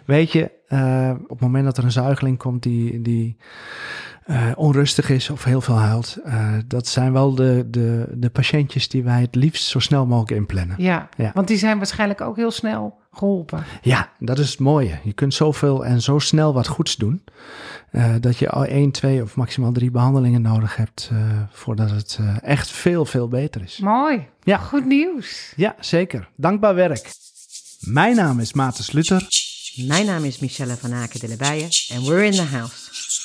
Weet je, op het moment dat er een zuigeling komt die onrustig is of heel veel huilt, dat zijn wel de patiëntjes die wij het liefst zo snel mogelijk inplannen. Ja, want die zijn waarschijnlijk ook heel snel geholpen. Ja, dat is het mooie. Je kunt zoveel en zo snel wat goeds doen, dat je al 1, 2 of maximaal 3 behandelingen nodig hebt voordat het echt veel, veel beter is. Mooi, Ja. Goed nieuws. Ja, zeker. Dankbaar werk. Mijn naam is Maarten Sluter. Mijn naam is Michelle van Aken de Lebeije en we're in the house.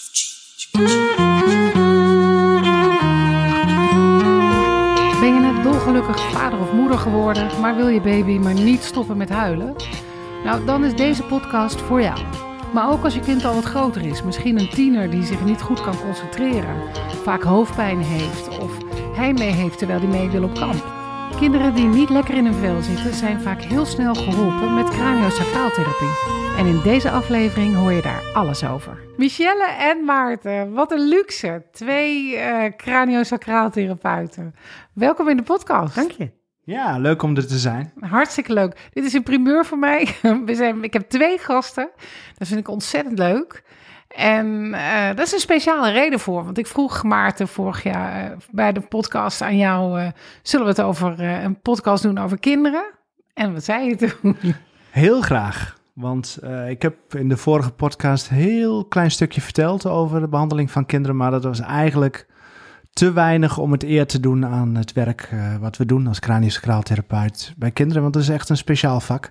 Ben je net dolgelukkig vader of moeder geworden, maar wil je baby maar niet stoppen met huilen? Nou, dan is deze podcast voor jou. Maar ook als je kind al wat groter is, misschien een tiener die zich niet goed kan concentreren, vaak hoofdpijn heeft of heimwee heeft terwijl hij mee wil op kamp. Kinderen die niet lekker in hun vel zitten zijn vaak heel snel geholpen met craniosacraaltherapie. En in deze aflevering hoor je daar alles over. Michelle en Maarten, wat een luxe. 2 craniosacraaltherapeuten. Welkom in de podcast. Dank je. Ja, leuk om er te zijn. Hartstikke leuk. Dit is een primeur voor mij. Ik heb 2 gasten. Dat vind ik ontzettend leuk. En dat is een speciale reden voor. Want ik vroeg Maarten vorig jaar bij de podcast aan jou, zullen we het over een podcast doen over kinderen? En wat zei je toen? Heel graag. Want ik heb in de vorige podcast een heel klein stukje verteld over de behandeling van kinderen. Maar dat was eigenlijk te weinig om het eer te doen aan het werk wat we doen als craniosacraaltherapeut bij kinderen. Want dat is echt een speciaal vak.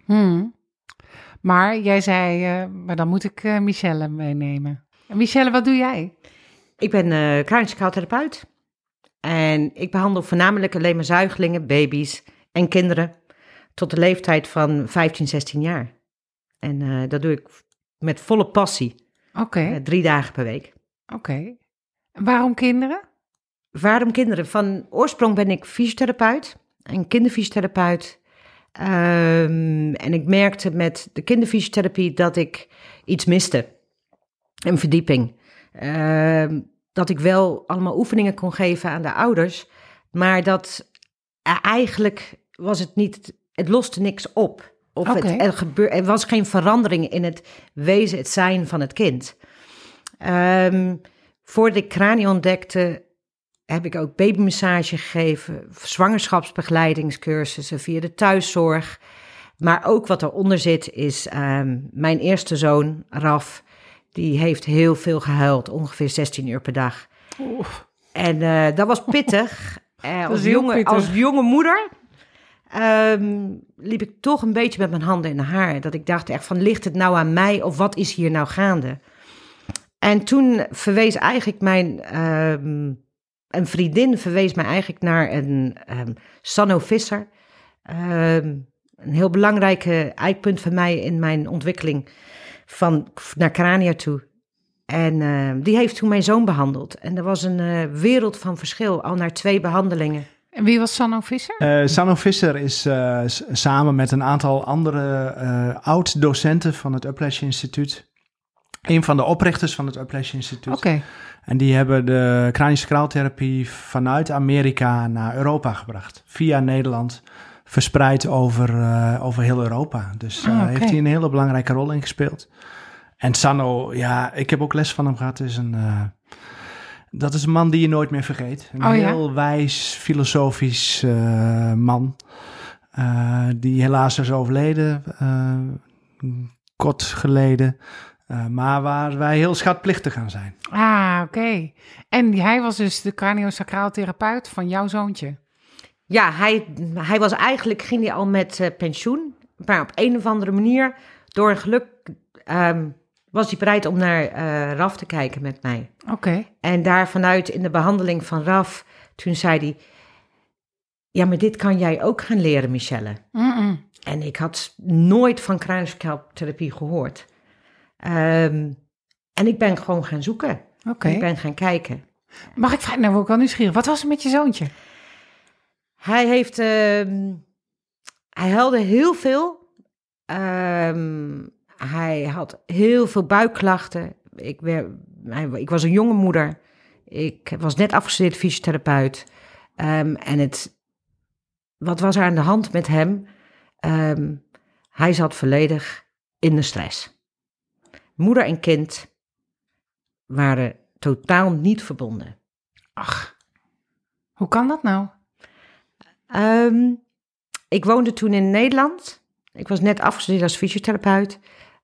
Maar jij zei, maar dan moet ik Michelle meenemen. En Michelle, wat doe jij? Ik ben craniosacraaltherapeut en ik behandel voornamelijk alleen maar zuigelingen, baby's en kinderen tot de leeftijd van 15, 16 jaar. En dat doe ik met volle passie. Oké. 3 dagen per week. Oké. En waarom kinderen? Waarom kinderen? Van oorsprong ben ik fysiotherapeut en kinderfysiotherapeut. En ik merkte met de kinderfysiotherapie dat ik iets miste. Een verdieping. Dat ik wel allemaal oefeningen kon geven aan de ouders. Maar dat eigenlijk was het niet, het loste niks op. Of er was geen verandering in het wezen, het zijn van het kind. Voordat ik Kranio ontdekte, heb ik ook babymassage gegeven, zwangerschapsbegeleidingscursussen via de thuiszorg. Maar ook wat eronder zit is mijn eerste zoon, Raf, die heeft heel veel gehuild, ongeveer 16 uur per dag. En dat was pittig. Als jonge moeder liep ik toch een beetje met mijn handen in de haar. Dat ik dacht echt van, ligt het nou aan mij of wat is hier nou gaande? En toen verwees eigenlijk een vriendin verwees mij eigenlijk naar een Sanno Visser. Een heel belangrijke eikpunt van mij in mijn ontwikkeling naar Krania toe. En die heeft toen mijn zoon behandeld. En er was een wereld van verschil, al na 2 behandelingen. En wie was Sanno Visser? Sanno Visser is samen met een aantal andere oud-docenten van het Upledge Instituut een van de oprichters van het Upledge Instituut. Oké. En die hebben de craniosacraaltherapie vanuit Amerika naar Europa gebracht. Via Nederland, verspreid over heel Europa. Dus heeft hij een hele belangrijke rol in gespeeld. En Sanno, ja, ik heb ook les van hem gehad. Dat is een man die je nooit meer vergeet. Een heel wijs, filosofisch man. Die helaas is overleden, kort geleden. Maar waar wij heel schatplichtig aan zijn. Oké. En hij was dus de craniosacraaltherapeut van jouw zoontje? Ja, hij was eigenlijk, ging hij al met pensioen. Maar op een of andere manier, door een geluk, was hij bereid om naar Raf te kijken met mij. Oké. En daar vanuit in de behandeling van Raf, toen zei hij, ja, maar dit kan jij ook gaan leren, Michelle. En ik had nooit van craniosacraaltherapie gehoord. En ik ben gewoon gaan zoeken. Oké. Ik ben gaan kijken. Mag ik vragen, nou word ik wel nieuwsgierig. Wat was er met je zoontje? Hij huilde heel veel. Hij had heel veel buikklachten. Ik was een jonge moeder. Ik was net afgestudeerd fysiotherapeut. Wat was er aan de hand met hem? Hij zat volledig in de stress. Moeder en kind waren totaal niet verbonden. Ach, hoe kan dat nou? Ik woonde toen in Nederland. Ik was net afgestudeerd als fysiotherapeut.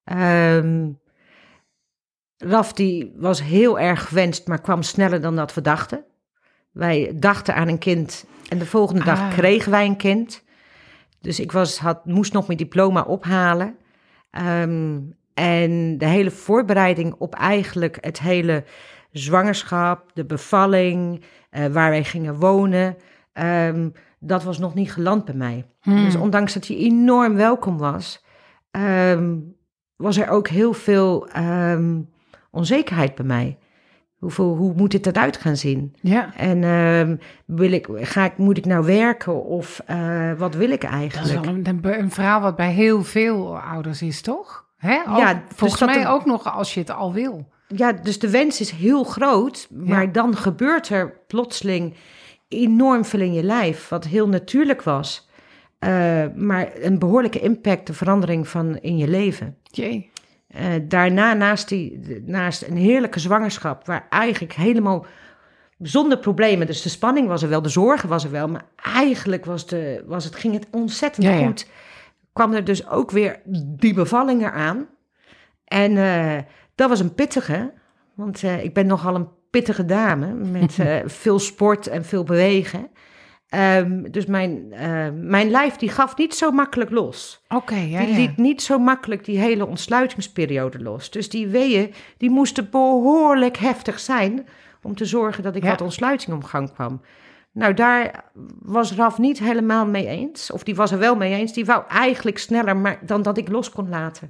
Raf die was heel erg gewenst, maar kwam sneller dan dat we dachten. Wij dachten aan een kind en de volgende dag kregen wij een kind. Dus ik moest nog mijn diploma ophalen. En de hele voorbereiding op eigenlijk het hele zwangerschap, de bevalling, waar wij gingen wonen, dat was nog niet geland bij mij. Dus ondanks dat hij enorm welkom was, was er ook heel veel onzekerheid bij mij. Hoe moet dit eruit gaan zien? Ja. En moet ik nou werken of wat wil ik eigenlijk? Dat is wel een verhaal wat bij heel veel ouders is, toch? Hè? Volgens mij ook nog als je het al wil. Ja, dus de wens is heel groot, maar dan gebeurt er plotseling enorm veel in je lijf, wat heel natuurlijk was. Maar een behoorlijke impact, de verandering van in je leven. Jee. Daarna, naast een heerlijke zwangerschap, waar eigenlijk helemaal zonder problemen, dus de spanning was er wel, de zorgen was er wel, maar eigenlijk ging het ontzettend goed. Kwam er dus ook weer die bevalling eraan. En dat was een pittige, want ik ben nogal een pittige dame met veel sport en veel bewegen. Dus mijn lijf die gaf niet zo makkelijk los. Die liet niet zo makkelijk die hele ontsluitingsperiode los. Dus die weeën die moesten behoorlijk heftig zijn om te zorgen dat ik wat ontsluiting op gang kwam. Nou, daar was Raf niet helemaal mee eens. Of die was er wel mee eens. Die wou eigenlijk sneller dan dat ik los kon laten.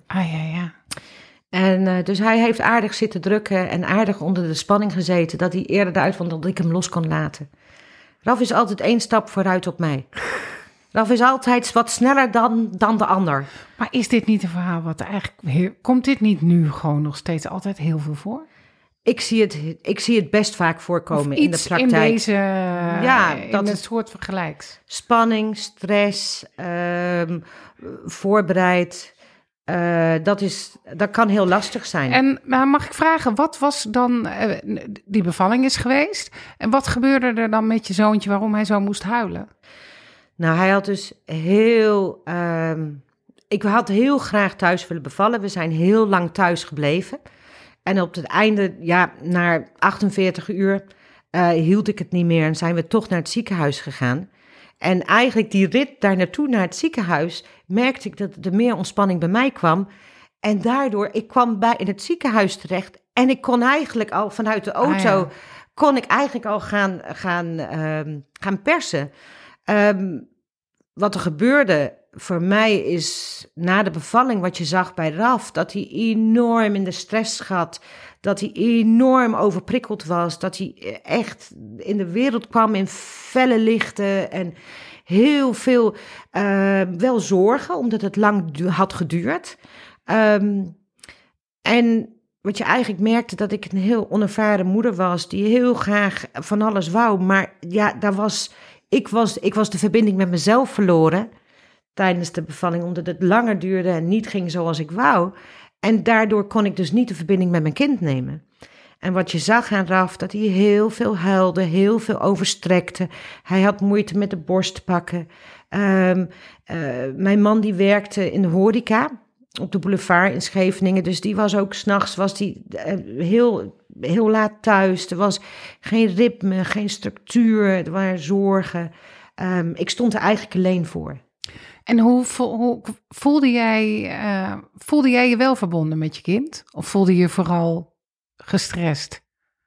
En dus hij heeft aardig zitten drukken en aardig onder de spanning gezeten dat hij eerder eruit vond dat ik hem los kon laten. Raf is altijd 1 stap vooruit op mij. Raf is altijd wat sneller dan de ander. Maar is dit niet een verhaal wat eigenlijk... Komt dit niet nu gewoon nog steeds altijd heel veel voor? Ik zie het best vaak voorkomen in de praktijk. In deze... in een soort vergelijks. Spanning, stress, voorbereid... Dat kan heel lastig zijn. En mag ik vragen, wat was dan... die bevalling is geweest. En wat gebeurde er dan met je zoontje waarom hij zo moest huilen? Nou, hij had dus heel... ik had heel graag thuis willen bevallen. We zijn heel lang thuis gebleven. En op het einde, na 48 uur... hield ik het niet meer en zijn we toch naar het ziekenhuis gegaan. En eigenlijk die rit daar naartoe naar het ziekenhuis... merkte ik dat er meer ontspanning bij mij kwam. En daardoor, ik kwam in het ziekenhuis terecht... en ik kon eigenlijk al vanuit de auto... kon ik eigenlijk al gaan persen. Wat er gebeurde voor mij is... na de bevalling, wat je zag bij Raf... dat hij enorm in de stress zat... dat hij enorm overprikkeld was... dat hij echt in de wereld kwam in felle lichten... en heel veel wel zorgen, omdat het lang had geduurd. En wat je eigenlijk merkte, dat ik een heel onervaren moeder was... die heel graag van alles wou. Maar ja, ik was de verbinding met mezelf verloren... tijdens de bevalling, omdat het langer duurde en niet ging zoals ik wou. En daardoor kon ik dus niet de verbinding met mijn kind nemen. En wat je zag aan Raf, dat hij heel veel huilde, heel veel overstrekte. Hij had moeite met de borst pakken. Mijn man die werkte in de horeca op de boulevard in Scheveningen. Dus die was ook 's nachts heel laat thuis. Er was geen ritme, geen structuur, er waren zorgen. Ik stond er eigenlijk alleen voor. En hoe voelde jij je wel verbonden met je kind? Of voelde je vooral gestrest?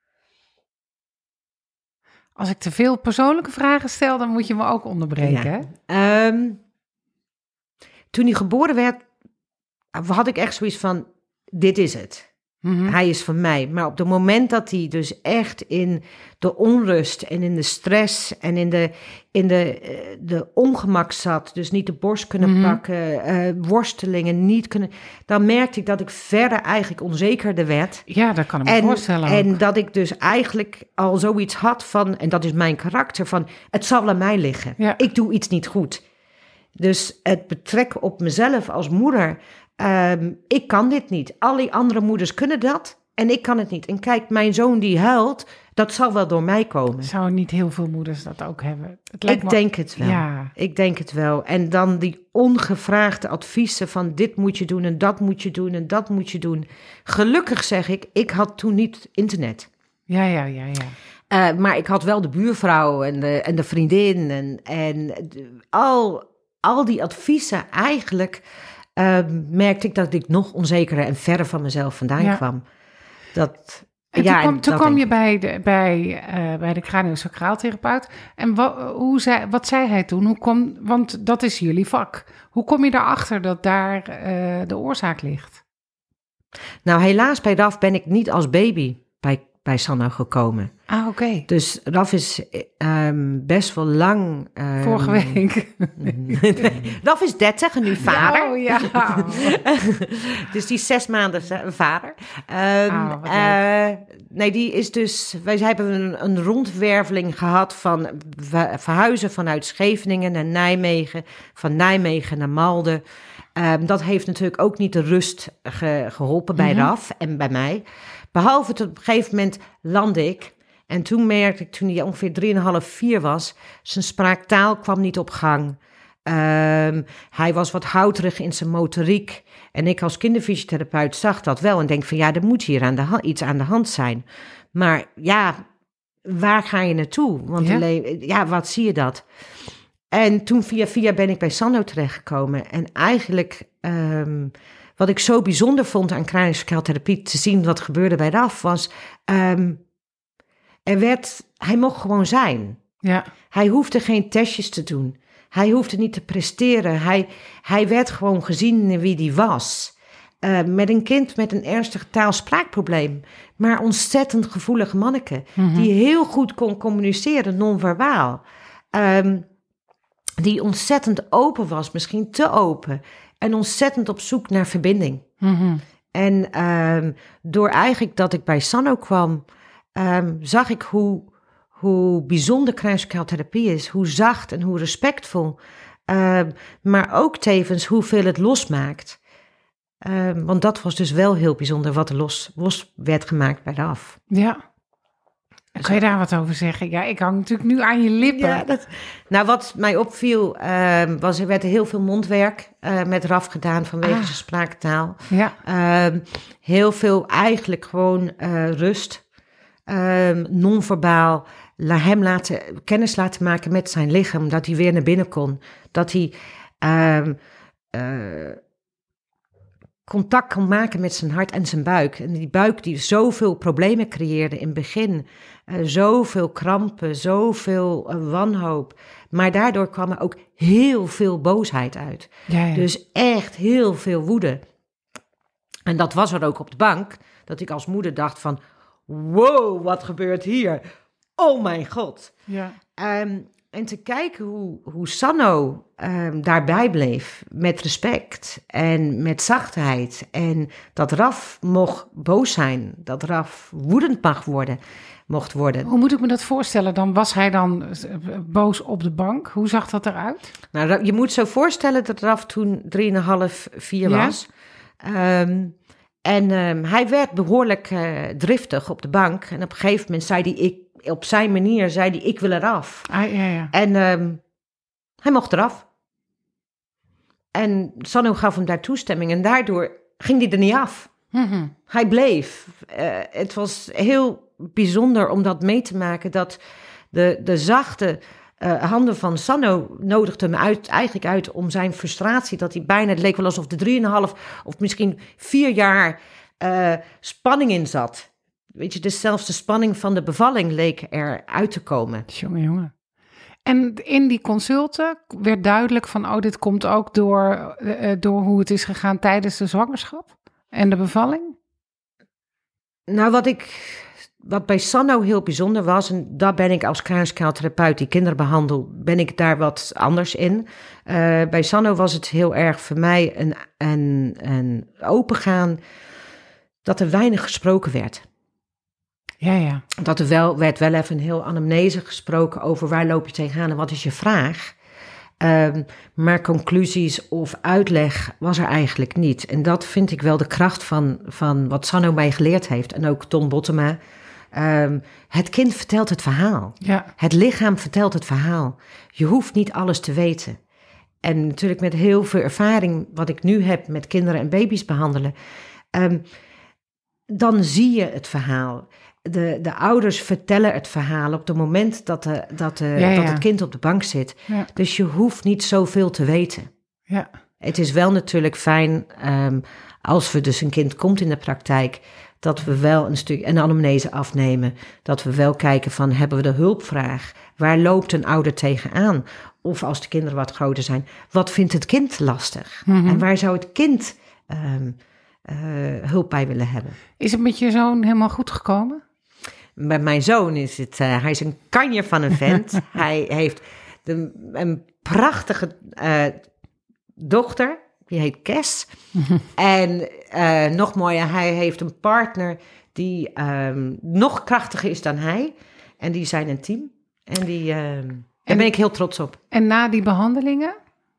Als ik te veel persoonlijke vragen stel, dan moet je me ook onderbreken. Ja. Toen hij geboren werd, had ik echt zoiets van, dit is het. Mm-hmm. Hij is van mij. Maar op het moment dat hij dus echt in de onrust en in de stress en in de ongemak zat, dus niet de borst kunnen pakken, worstelingen niet kunnen, dan merkte ik dat ik verder eigenlijk onzekerder werd. Ja, dat kan ik me voorstellen ook. En dat ik dus eigenlijk al zoiets had van, en dat is mijn karakter, van het zal aan mij liggen. Ja. Ik doe iets niet goed. Dus het betrekken op mezelf als moeder ik kan dit niet. Al die andere moeders kunnen dat en ik kan het niet. En kijk, mijn zoon die huilt, dat zal wel door mij komen. Zouden niet heel veel moeders dat ook hebben? Denk het wel. Ja. Ik denk het wel. En dan die ongevraagde adviezen van dit moet je doen en dat moet je doen en dat moet je doen. Gelukkig zeg ik had toen niet internet. Ja. Maar ik had wel de buurvrouw en de vriendin en al die adviezen. Eigenlijk merkte ik dat ik nog onzekerder en verder van mezelf vandaan kwam. Toen kwam je bij de craniosacraaltherapeut. En wat zei hij toen? Want dat is jullie vak. Hoe kom je erachter dat daar de oorzaak ligt? Nou, helaas bij Raf ben ik niet als baby bij Sanno gekomen. Ah, oké. Dus Raf is best wel lang... Vorige week. Raf is 30 en nu vader. Oh, ja. Dus die is 6 maanden vader. Nee, die is dus... Wij hebben een rondwerveling gehad van verhuizen vanuit Scheveningen naar Nijmegen. Van Nijmegen naar Malden. Dat heeft natuurlijk ook niet de rust geholpen bij Raf en bij mij. Behalve dat op een gegeven moment landde ik. En toen merkte ik, toen hij ongeveer 3,5, 4 was, zijn spraaktaal kwam niet op gang. Hij was wat houterig in zijn motoriek. En ik als kinderfysiotherapeut zag dat wel en denk van ja, er moet hier iets aan de hand zijn. Maar ja, waar ga je naartoe? Want wat zie je dat? En toen via ben ik bij Sanno terechtgekomen. En eigenlijk wat ik zo bijzonder vond aan craniosacraaltherapie, te zien wat gebeurde bij Raf, was hij mocht gewoon zijn. Ja. Hij hoefde geen testjes te doen. Hij hoefde niet te presteren. Hij werd gewoon gezien in wie hij was. Met een kind met een ernstig taal-spraakprobleem. Maar ontzettend gevoelige manneke. Die heel goed kon communiceren, non-verbaal. Die ontzettend open was, misschien te open. En ontzettend op zoek naar verbinding. En door eigenlijk dat ik bij Sanno kwam, zag ik hoe bijzonder craniosacraaltherapie is. Hoe zacht en hoe respectvol. Maar ook tevens hoeveel het losmaakt. Want dat was dus wel heel bijzonder wat er los werd gemaakt bij Raf. Ja. Kan je daar wat over zeggen? Ja, ik hang natuurlijk nu aan je lippen. Ja, wat mij opviel, er werd heel veel mondwerk met Raf gedaan vanwege zijn spraaktaal. Ja. Heel veel eigenlijk gewoon rust. Non-verbaal. Hem kennis laten maken met zijn lichaam. Dat hij weer naar binnen kon. Dat hij contact kon maken met zijn hart en zijn buik. En die buik die zoveel problemen creëerde in het begin. Zoveel krampen, zoveel wanhoop. Maar daardoor kwam er ook heel veel boosheid uit. Ja. Dus echt heel veel woede. En dat was er ook op de bank. Dat ik als moeder dacht van, wow, wat gebeurt hier? Oh mijn god. Ja. En te kijken hoe Sanno daarbij bleef met respect en met zachtheid. En dat Raf mocht boos zijn, dat Raf woedend mocht worden. Hoe moet ik me dat voorstellen? Dan was hij dan boos op de bank. Hoe zag dat eruit? Nou, je moet zo voorstellen dat Raf toen 3,5, 4 was. Hij werd behoorlijk driftig op de bank. En op een gegeven moment zei hij, op zijn manier zei hij, ik wil eraf. En hij mocht eraf. En Sanno gaf hem daar toestemming. En daardoor ging hij er niet af. Hij bleef. Het was heel bijzonder om dat mee te maken. Dat de zachte handen van Sanno nodigde hem eigenlijk uit om zijn frustratie. Dat hij bijna, het leek wel alsof er 3,5 of misschien 4 jaar spanning in zat. Weet je, dus zelfs de spanning van de bevalling leek er uit te komen. Jongen. En in die consulten werd duidelijk van, dit komt ook door hoe het is gegaan tijdens de zwangerschap en de bevalling? Nou, wat bij Sanno heel bijzonder was, en daar ben ik als craniosacraaltherapeut die kinderen behandel, ben ik daar wat anders in. Bij Sanno was het heel erg voor mij een opengaan dat er weinig gesproken werd. Ja. Dat er werd wel even een heel anamnese gesproken over waar loop je tegenaan en wat is je vraag. Maar conclusies of uitleg was er eigenlijk niet. En dat vind ik wel de kracht van wat Sanno mij geleerd heeft. En ook Ton Bottema. Het kind vertelt het verhaal. Ja. Het lichaam vertelt het verhaal. Je hoeft niet alles te weten. En natuurlijk met heel veel ervaring wat ik nu heb met kinderen en baby's behandelen. Dan zie je het verhaal. De ouders vertellen het verhaal op het moment dat het kind op de bank zit. Ja. Dus je hoeft niet zoveel te weten. Ja. Het is wel natuurlijk fijn als er dus een kind komt in de praktijk, dat we wel een anamnese afnemen. Dat we wel kijken van, hebben we de hulpvraag? Waar loopt een ouder tegenaan? Of als de kinderen wat groter zijn, wat vindt het kind lastig? Mm-hmm. En waar zou het kind hulp bij willen hebben? Is het met je zoon helemaal goed gekomen? Met mijn zoon is het, hij is een kanje van een vent. Hij heeft een prachtige dochter, die heet Kes. En nog mooier, hij heeft een partner die nog krachtiger is dan hij. En die zijn een team. En daar ben ik heel trots op. En na die behandelingen,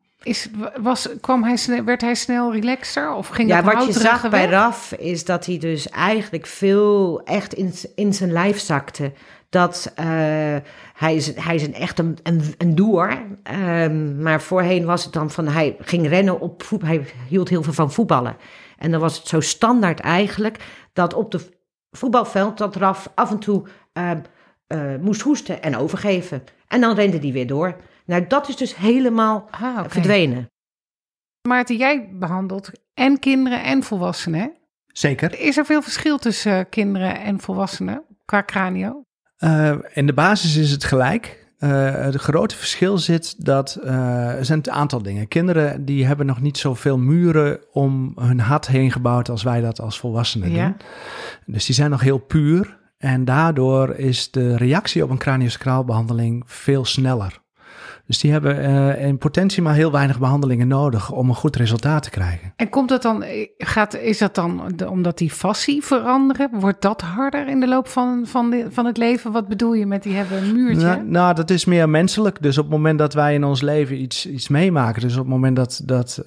werd hij snel relaxer? Of ging dat wat je zag bij weg? Raf is dat hij dus eigenlijk veel echt in zijn lijf zakte. Dat hij is echt een doer. Maar voorheen was het dan van hij ging rennen op voetbal. Hij hield heel veel van voetballen. En dan was het zo standaard eigenlijk dat op de voetbalveld dat Raf af en toe moest hoesten en overgeven. En dan rende hij weer door. Nou, dat is dus helemaal verdwenen. Maarten, jij behandelt en kinderen en volwassenen, hè? Zeker. Is er veel verschil tussen kinderen en volwassenen qua cranio? In de basis is het gelijk. Het grote verschil zit dat er zijn een aantal dingen. Kinderen die hebben nog niet zoveel muren om hun hart heen gebouwd als wij dat als volwassenen doen. Dus die zijn nog heel puur. En daardoor is de reactie op een craniosacraalbehandeling veel sneller. Dus die hebben in potentie maar heel weinig behandelingen nodig om een goed resultaat te krijgen. En komt dat dan, is dat dan omdat die fascie veranderen? Wordt dat harder in de loop van het leven? Wat bedoel je met die hebben een muurtje? Nou, dat is meer menselijk. Dus op het moment dat wij in ons leven iets meemaken. Dus op het moment dat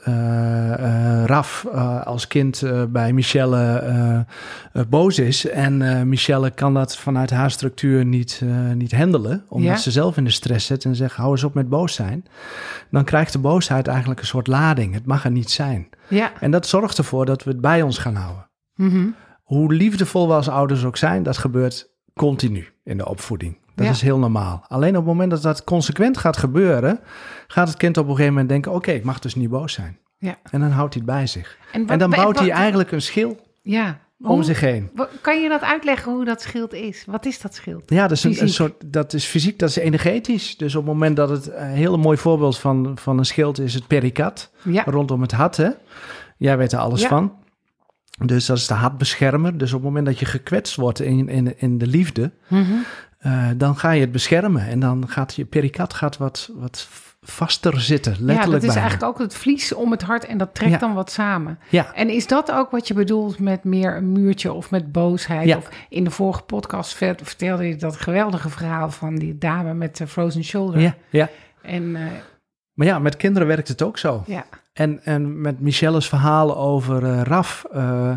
Raf als kind bij Michelle boos is. En Michelle kan dat vanuit haar structuur niet handelen. Omdat ze zelf in de stress zit en zegt, hou eens op met boos zijn. Dan krijgt de boosheid eigenlijk een soort lading. Het mag er niet zijn. Ja. En dat zorgt ervoor dat we het bij ons gaan houden. Mm-hmm. Hoe liefdevol we als ouders ook zijn, dat gebeurt continu in de opvoeding. Dat is heel normaal. Alleen op het moment dat dat consequent gaat gebeuren, gaat het kind op een gegeven moment denken, oké, ik mag dus niet boos zijn. Ja. En dan houdt hij het bij zich. En dan bouwt hij eigenlijk een schil om zich heen. Kan je dat uitleggen hoe dat schild is? Wat is dat schild? Ja, dat is een soort, dat is fysiek, dat is energetisch. Dus op het moment dat het een heel mooi voorbeeld van een schild is het perikat, rondom het hart. Hè? Jij weet er alles van. Dus dat is de hartbeschermer. Dus op het moment dat je gekwetst wordt in de liefde, dan ga je het beschermen. En dan gaat je perikat wat vaster zitten, letterlijk. Ja, dat is eigenlijk ook het vlies om het hart en dat trekt dan wat samen. Ja. En is dat ook wat je bedoelt met meer een muurtje of met boosheid? Ja. Of in de vorige podcast vertelde je dat geweldige verhaal van die dame met de frozen shoulder. Ja, ja. Maar ja, met kinderen werkt het ook zo. Ja. En met Michelle's verhaal over Raf,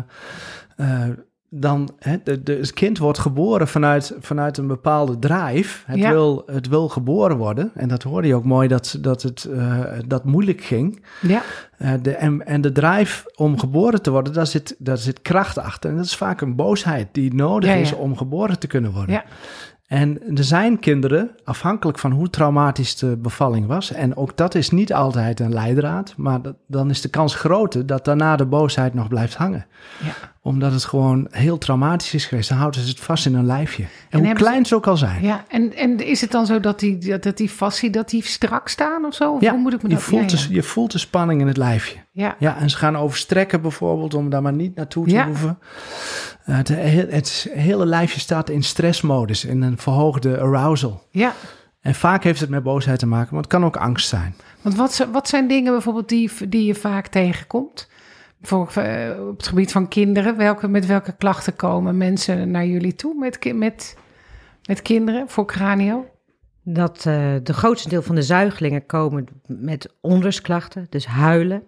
het kind wordt geboren vanuit een bepaalde drive. Het wil geboren worden. En dat hoorde je ook mooi dat moeilijk ging. Ja. En de drive om geboren te worden, daar zit kracht achter. En dat is vaak een boosheid die nodig is om geboren te kunnen worden. Ja. En er zijn kinderen, afhankelijk van hoe traumatisch de bevalling was, en ook dat is niet altijd een leidraad, maar dan is de kans groter dat daarna de boosheid nog blijft hangen. Ja. Omdat het gewoon heel traumatisch is geweest. Dan houden ze het vast in hun lijfje. En hoe klein ze ook al zijn. Ja, en is het dan zo dat die fascie, dat die strak staan of zo? Of hoe moet ik me je voelt de spanning in het lijfje. Ja. Ja, en ze gaan overstrekken bijvoorbeeld, om daar maar niet naartoe te hoeven. Het hele lijfje staat in stressmodus, in een verhoogde arousal. Ja. En vaak heeft het met boosheid te maken, maar het kan ook angst zijn. Want wat zijn dingen bijvoorbeeld die je vaak tegenkomt? Op het gebied van kinderen, met welke klachten komen mensen naar jullie toe met kinderen voor cranio? dat de grootste deel van de zuigelingen komen met onrustklachten, dus huilen,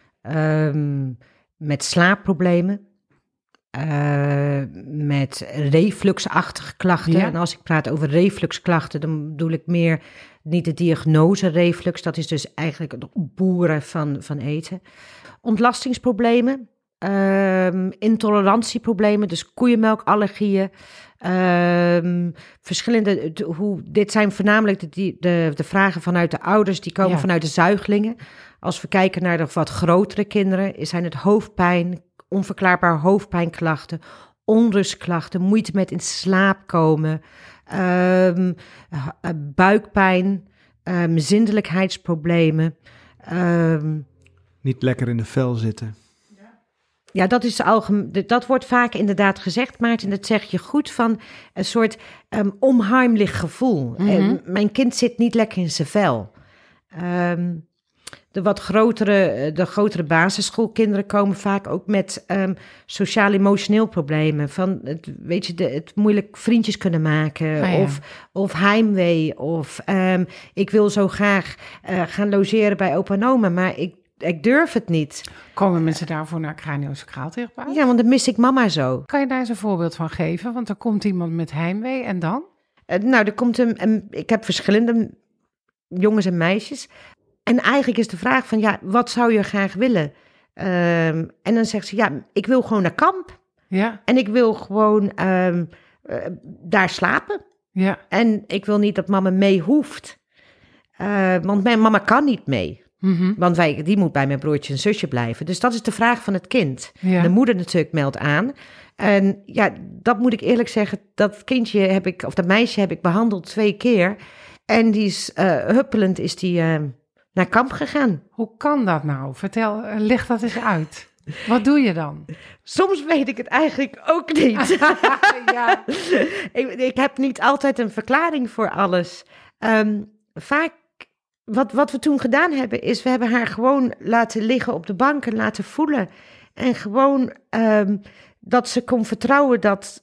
met slaapproblemen, met refluxachtige klachten. Ja. En als ik praat over refluxklachten, dan bedoel ik meer niet de diagnose reflux, dat is dus eigenlijk het opboeren van eten. Ontlastingsproblemen, intolerantieproblemen, dus koeienmelkallergieën. Verschillende, dit zijn voornamelijk de vragen vanuit de ouders, die komen vanuit de zuigelingen. Als we kijken naar de wat grotere kinderen, zijn het hoofdpijn, onverklaarbaar hoofdpijnklachten, onrustklachten, moeite met in slaap komen, buikpijn, zindelijkheidsproblemen. Niet lekker in de vel zitten. Ja, dat wordt vaak inderdaad gezegd, Maarten, dat zeg je goed, van een soort onheimlich gevoel. Mm-hmm. Mijn kind zit niet lekker in zijn vel. De grotere basisschoolkinderen komen vaak ook met sociaal-emotioneel problemen. Van het moeilijk vriendjes kunnen maken, of heimwee, of ik wil zo graag gaan logeren bij opa en oma, maar ik durf het niet. Komen mensen daarvoor naar craniosacraaltherapeut? Ja, want dan mis ik mama zo. Kan je daar eens een voorbeeld van geven? Want er komt iemand met heimwee en dan? Er komt ik heb verschillende jongens en meisjes. En eigenlijk is de vraag van, wat zou je graag willen? En dan zegt ze, ik wil gewoon naar kamp. Ja. En ik wil gewoon daar slapen. Ja. En ik wil niet dat mama mee hoeft. Want mijn mama kan niet mee. Mm-hmm. Want die moet bij mijn broertje en zusje blijven. Dus dat is de vraag van het kind. Ja. De moeder natuurlijk meldt aan. En dat moet ik eerlijk zeggen, dat meisje heb ik behandeld 2 keer. En die is huppelend is die naar kamp gegaan. Hoe kan dat nou? Vertel, leg dat eens uit. Wat doe je dan? Soms weet ik het eigenlijk ook niet. Ja. Ik heb niet altijd een verklaring voor alles. Vaak, wat we toen gedaan hebben, is we hebben haar gewoon laten liggen op de bank en laten voelen. En gewoon dat ze kon vertrouwen dat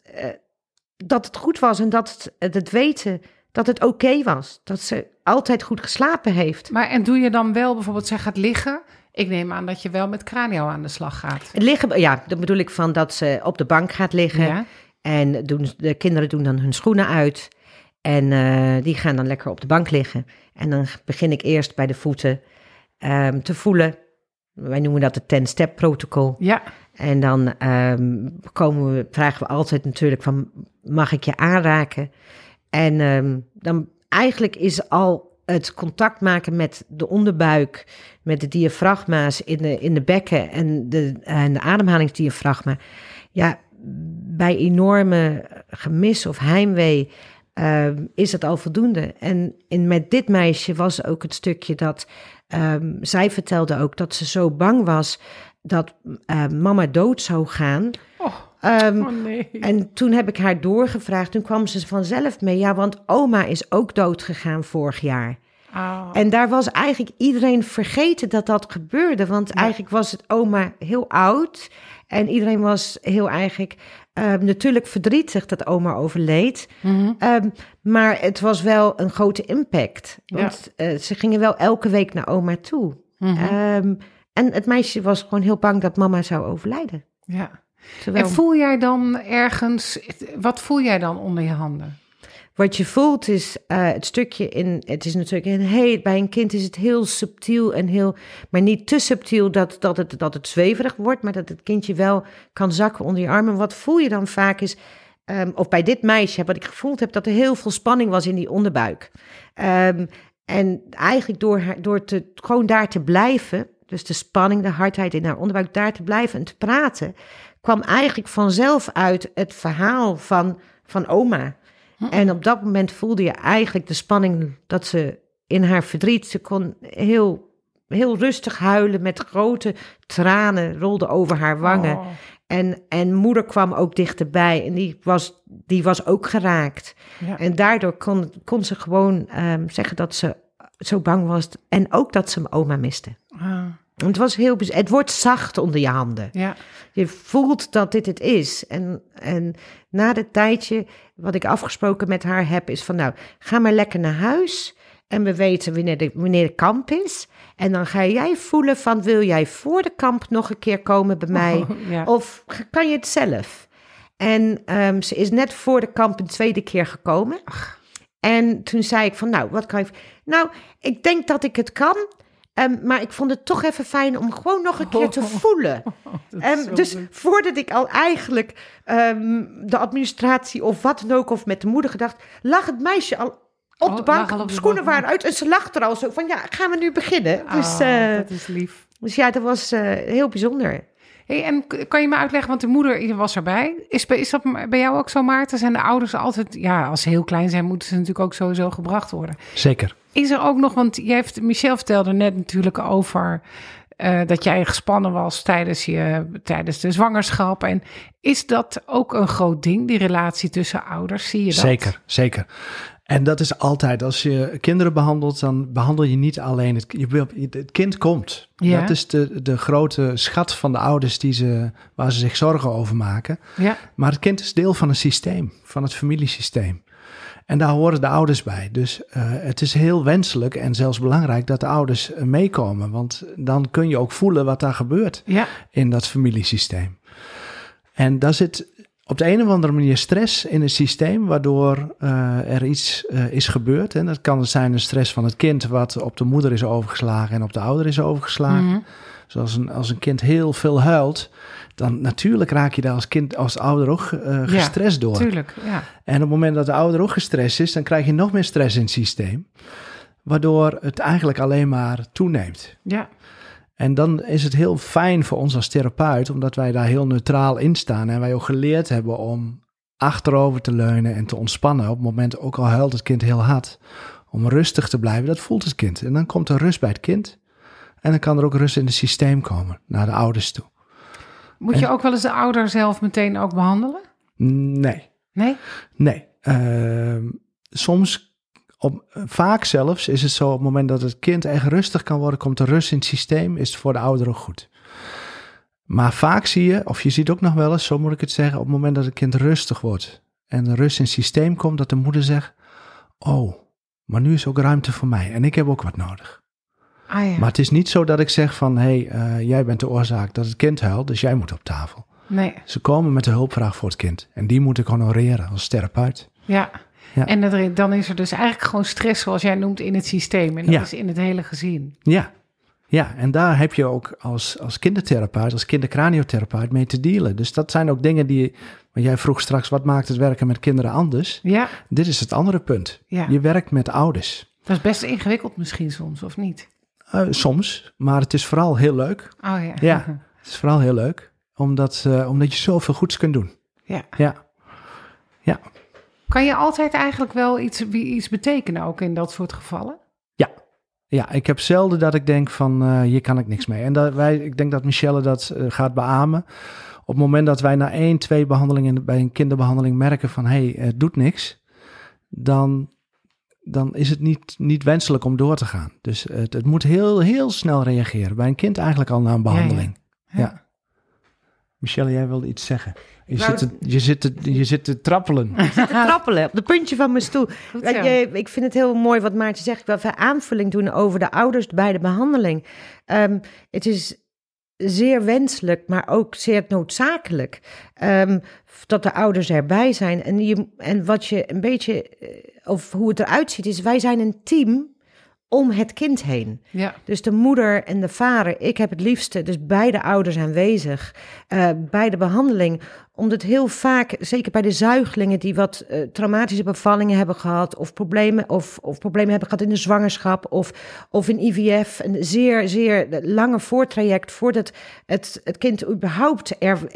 het goed was en dat het weten dat het oké was. Dat ze altijd goed geslapen heeft. Maar en doe je dan wel bijvoorbeeld, zij gaat liggen? Ik neem aan dat je wel met cranio aan de slag gaat. Liggen, dat bedoel ik van dat ze op de bank gaat liggen. Ja. En de kinderen doen dan hun schoenen uit. En die gaan dan lekker op de bank liggen. En dan begin ik eerst bij de voeten te voelen. Wij noemen dat het 10-step protocol. Ja. En dan vragen we altijd natuurlijk van, mag ik je aanraken? En dan eigenlijk is al het contact maken met de onderbuik, met de diafragma's in de bekken en de ademhalingsdiafragma. Ja, bij enorme gemis of heimwee is het al voldoende. En met dit meisje was ook het stukje dat zij vertelde ook dat ze zo bang was dat mama dood zou gaan. Nee. En toen heb ik haar doorgevraagd. Toen kwam ze vanzelf mee. Ja, want oma is ook dood gegaan vorig jaar. Oh. En daar was eigenlijk iedereen vergeten dat gebeurde. Want eigenlijk was het oma heel oud. En iedereen was heel eigenlijk natuurlijk verdrietig dat oma overleed. Mm-hmm. Maar het was wel een grote impact. Want ze gingen wel elke week naar oma toe. Mm-hmm. En het meisje was gewoon heel bang dat mama zou overlijden. Ja. En voel jij dan ergens, wat voel jij dan onder je handen? Wat je voelt is het stukje het is natuurlijk bij een kind is het heel subtiel en maar niet te subtiel dat het zweverig wordt, maar dat het kindje wel kan zakken onder je armen. Wat voel je dan vaak is, of bij dit meisje, wat ik gevoeld heb, dat er heel veel spanning was in die onderbuik. En eigenlijk door gewoon daar te blijven, dus de spanning, de hardheid in haar onderbuik, daar te blijven en te praten, kwam eigenlijk vanzelf uit het verhaal van oma. En op dat moment voelde je eigenlijk de spanning dat ze in haar verdriet, ze kon heel, heel rustig huilen met grote tranen, rolden over haar wangen. Oh. En moeder kwam ook dichterbij en die was ook geraakt. Ja. En daardoor kon ze gewoon zeggen dat ze zo bang was en ook dat ze oma miste. Het wordt zacht onder je handen. Ja. Je voelt dat dit het is. En na dat tijdje, wat ik afgesproken met haar heb, is van nou, ga maar lekker naar huis. En we weten wanneer de kamp is. En dan ga jij voelen van, wil jij voor de kamp nog een keer komen bij mij? Ja. Of kan je het zelf? En ze is net voor de kamp een tweede keer gekomen. Ach. En toen zei ik van, nou, wat kan je... Nou, ik denk dat ik het kan. Maar ik vond het toch even fijn om gewoon nog een keer te voelen. Dus voordat ik al eigenlijk de administratie of wat dan ook, of met de moeder gedacht, lag het meisje al op de bank, schoenen waren uit en ze lag er al zo van, ja, gaan we nu beginnen? Dus, dat is lief. Dus ja, dat was heel bijzonder. Hey, en kan je me uitleggen, want de moeder was erbij. Is dat bij jou ook zo, Maarten? Zijn de ouders altijd, ja, als ze heel klein zijn, moeten ze natuurlijk ook sowieso gebracht worden. Zeker. Is er ook nog, want Michel vertelde net natuurlijk over dat jij gespannen was tijdens de zwangerschap. En is dat ook een groot ding, die relatie tussen ouders? Zie je dat? Zeker. En dat is altijd, als je kinderen behandelt, dan behandel je niet alleen het kind komt. Ja. Dat is de grote schat van de ouders waar ze zich zorgen over maken. Ja. Maar het kind is deel van een systeem, van het familiesysteem. En daar horen de ouders bij. Dus het is heel wenselijk en zelfs belangrijk dat de ouders meekomen. Want dan kun je ook voelen wat daar gebeurt in dat familiesysteem. En daar zit op de een of andere manier stress in het systeem, waardoor er iets is gebeurd. En dat kan zijn een stress van het kind wat op de moeder is overgeslagen en op de ouder is overgeslagen. Mm-hmm. Zoals als een kind heel veel huilt, dan natuurlijk raak je daar als ouder ook gestrest door. Tuurlijk, ja. En op het moment dat de ouder ook gestrest is, dan krijg je nog meer stress in het systeem, waardoor het eigenlijk alleen maar toeneemt. Ja. En dan is het heel fijn voor ons als therapeut, omdat wij daar heel neutraal in staan en wij ook geleerd hebben om achterover te leunen en te ontspannen. Op het moment, ook al huilt het kind heel hard, om rustig te blijven, dat voelt het kind. En dan komt er rust bij het kind en dan kan er ook rust in het systeem komen, naar de ouders toe. Moet je ook wel eens de ouder zelf meteen ook behandelen? Nee. Nee. Soms... Vaak zelfs is het zo, op het moment dat het kind echt rustig kan worden, komt er rust in het systeem, is het voor de ouder ook goed. Maar vaak zie je, of je ziet ook nog wel eens, zo moet ik het zeggen, op het moment dat het kind rustig wordt en rust in het systeem komt, dat de moeder zegt, oh, maar nu is ook ruimte voor mij en ik heb ook wat nodig. Ah, ja. Maar het is niet zo dat ik zeg van, jij bent de oorzaak dat het kind huilt, dus jij moet op tafel. Nee. Ze komen met de hulpvraag voor het kind en die moet ik honoreren als therapeut. Ja. Ja. En dan is er dus eigenlijk gewoon stress, zoals jij noemt, in het systeem. En dat is in het hele gezin. Ja, en daar heb je ook als kindertherapeut, als kindercraniotherapeut mee te dealen. Dus dat zijn ook dingen want jij vroeg straks, wat maakt het werken met kinderen anders? Ja. Dit is het andere punt. Ja. Je werkt met ouders. Dat is best ingewikkeld misschien soms, of niet? Soms, maar het is vooral heel leuk. Oh ja. Ja, het is vooral heel leuk, omdat je zoveel goeds kunt doen. Ja. Kan je altijd eigenlijk wel iets betekenen ook in dat soort gevallen? Ja, ik heb zelden dat ik denk van hier kan ik niks mee. En ik denk dat Michelle dat gaat beamen. Op het moment dat wij na 1-2 behandelingen bij een kinderbehandeling merken van het doet niks, dan is het niet wenselijk om door te gaan. Dus het moet heel, heel snel reageren. Bij een kind eigenlijk al na een behandeling. Ja. Michelle, jij wilde iets zeggen. Je zit te trappelen. Ik zit te trappelen op de puntje van mijn stoel. Ik vind het heel mooi wat Maartje zegt. Ik wil even aanvulling doen over de ouders bij de behandeling. Het is zeer wenselijk, maar ook zeer noodzakelijk dat de ouders erbij zijn. En wat je een beetje, of hoe het eruit ziet, is wij zijn een team om het kind heen. Ja. Dus de moeder en de vader, ik heb het liefste, dus beide ouders aanwezig bij de behandeling. Omdat heel vaak, zeker bij de zuigelingen die wat traumatische bevallingen hebben gehad, of problemen hebben gehad in de zwangerschap of in IVF, een zeer, zeer lange voortraject voordat het kind überhaupt er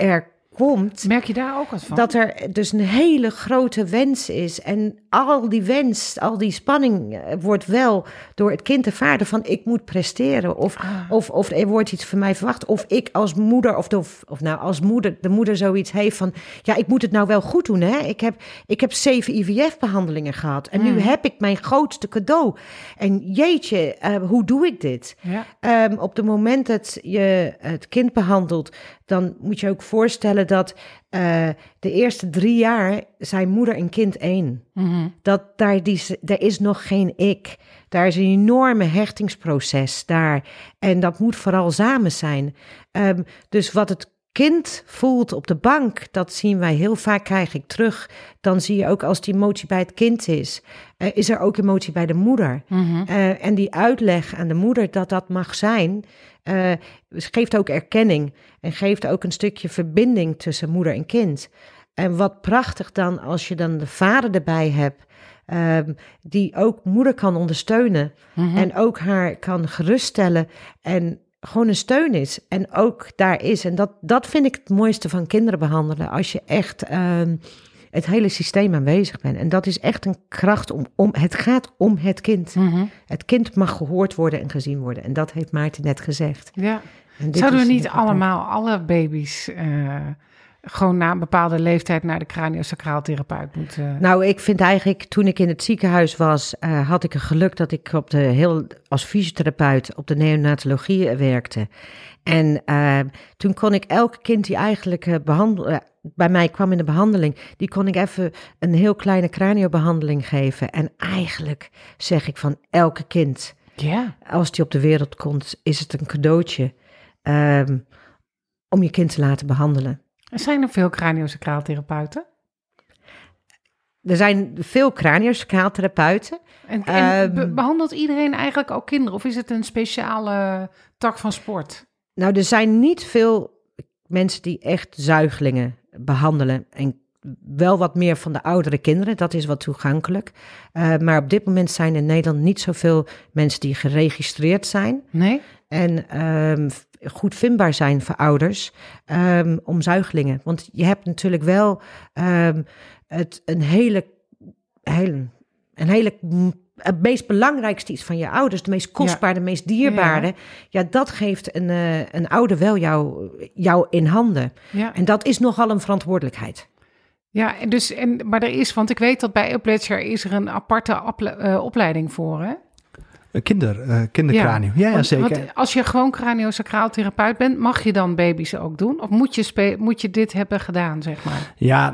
komt... Merk je daar ook wat van? Dat er dus een hele grote wens is. En al die wens, al die spanning wordt wel door het kind ervaren van ik moet presteren. Of er wordt iets van mij verwacht. Of ik als moeder, als moeder, de moeder zoiets heeft van... Ja, ik moet het nou wel goed doen, hè. Ik heb 7 IVF-behandelingen gehad. En nu heb ik mijn grootste cadeau. En jeetje, hoe doe ik dit? Ja. Op het moment dat je het kind behandelt... dan moet je ook voorstellen dat de eerste 3 jaar zijn moeder en kind 1. Mm-hmm. Daar is nog geen ik. Daar is een enorme hechtingsproces daar. En dat moet vooral samen zijn. Dus wat het kind voelt op de bank, dat zien wij heel vaak, krijg ik terug. Dan zie je ook als die emotie bij het kind is er ook emotie bij de moeder. Mm-hmm. En die uitleg aan de moeder dat dat mag zijn... geeft ook erkenning en geeft ook een stukje verbinding tussen moeder en kind. En wat prachtig dan als je dan de vader erbij hebt, die ook moeder kan ondersteunen en ook haar kan geruststellen en gewoon een steun is en ook daar is. En dat vind ik het mooiste van kinderen behandelen, als je echt het hele systeem aanwezig bent. En dat is echt een kracht het gaat om het kind. Mm-hmm. Het kind mag gehoord worden en gezien worden. En dat heeft Maarten net gezegd. Ja. Zouden we niet allemaal, alle baby's... gewoon na een bepaalde leeftijd naar de craniosacraaltherapeut moeten... Nou, ik vind eigenlijk, toen ik in het ziekenhuis was... had ik een geluk dat ik als fysiotherapeut op de neonatologie werkte. En toen kon ik elke kind die eigenlijk bij mij kwam in de behandeling... die kon ik even een heel kleine craniobehandeling geven. En eigenlijk zeg ik van elke kind... als die op de wereld komt, is het een cadeautje... om je kind te laten behandelen. Zijn er veel craniosacraaltherapeuten? Er zijn veel craniosacraaltherapeuten. En behandelt iedereen eigenlijk ook kinderen? Of is het een speciale tak van sport? Nou, er zijn niet veel mensen die echt zuigelingen behandelen. En wel wat meer van de oudere kinderen. Dat is wat toegankelijk. Maar op dit moment zijn in Nederland niet zoveel mensen die geregistreerd zijn. Nee? En goed vindbaar zijn voor ouders om zuigelingen. Want je hebt natuurlijk wel het meest belangrijkste iets van je ouders, de meest kostbare, de meest dierbare. Ja, dat geeft een ouder wel jou in handen. Ja. En dat is nogal een verantwoordelijkheid. Ja, maar er is, want ik weet dat bij Upledger is er een aparte opleiding voor, hè? Kindercranium, ja, zeker. Want als je gewoon craniosacraaltherapeut bent, mag je dan baby's ook doen? Of moet je dit hebben gedaan, zeg maar? Ja,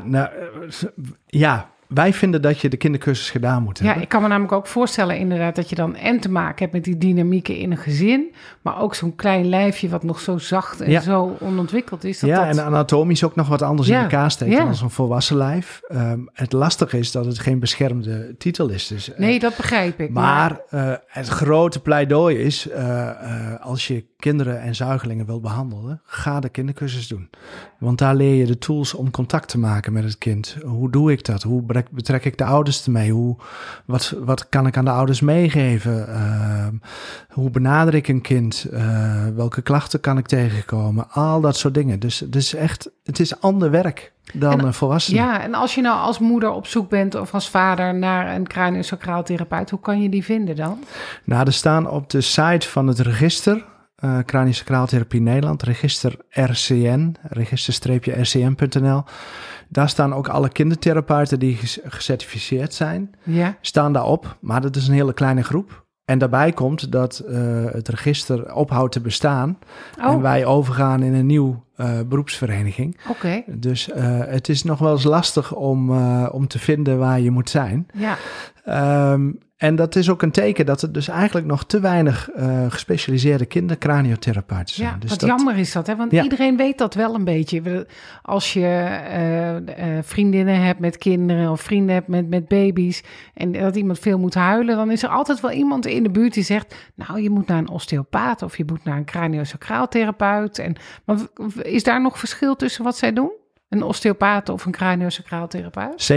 wij vinden dat je de kindercursus gedaan moet hebben. Ja, ik kan me namelijk ook voorstellen inderdaad dat je dan te maken hebt met die dynamieken in een gezin, maar ook zo'n klein lijfje wat nog zo zacht en zo onontwikkeld is. En anatomisch ook nog wat anders in elkaar steekt dan een volwassen lijf. Het lastige is dat het geen beschermde titel is. Dus, nee, dat begrijp ik. Maar het grote pleidooi is, als je kinderen en zuigelingen wilt behandelen, ga de kindercursus doen. Want daar leer je de tools om contact te maken met het kind. Hoe doe ik dat? Hoe betrek ik de ouders ermee? Wat kan ik aan de ouders meegeven? Hoe benader ik een kind? Welke klachten kan ik tegenkomen? Al dat soort dingen. Dus het is ander werk dan een volwassene. Ja, en als je nou als moeder op zoek bent of als vader naar een craniosacraaltherapeut, hoe kan je die vinden dan? Nou, er staan op de site van het register... Craniosacraaltherapie Nederland, register RCN, register-rcn.nl. Daar staan ook alle kindertherapeuten die gecertificeerd zijn, staan daarop. Maar dat is een hele kleine groep. En daarbij komt dat het register ophoudt te bestaan en wij overgaan in een nieuw beroepsvereniging. Okay. Dus het is nog wel eens lastig om te vinden waar je moet zijn. Ja. En dat is ook een teken dat er dus eigenlijk nog te weinig gespecialiseerde kindercraniotherapeuten zijn. Ja, dus wat jammer is dat, hè? Want iedereen weet dat wel een beetje. Als je vriendinnen hebt met kinderen of vrienden hebt met baby's en dat iemand veel moet huilen, dan is er altijd wel iemand in de buurt die zegt, nou, je moet naar een osteopaat of je moet naar een craniosacraaltherapeut. Maar is daar nog verschil tussen wat zij doen? Een osteopaat of een craniosacraaltherapeut? Zeker.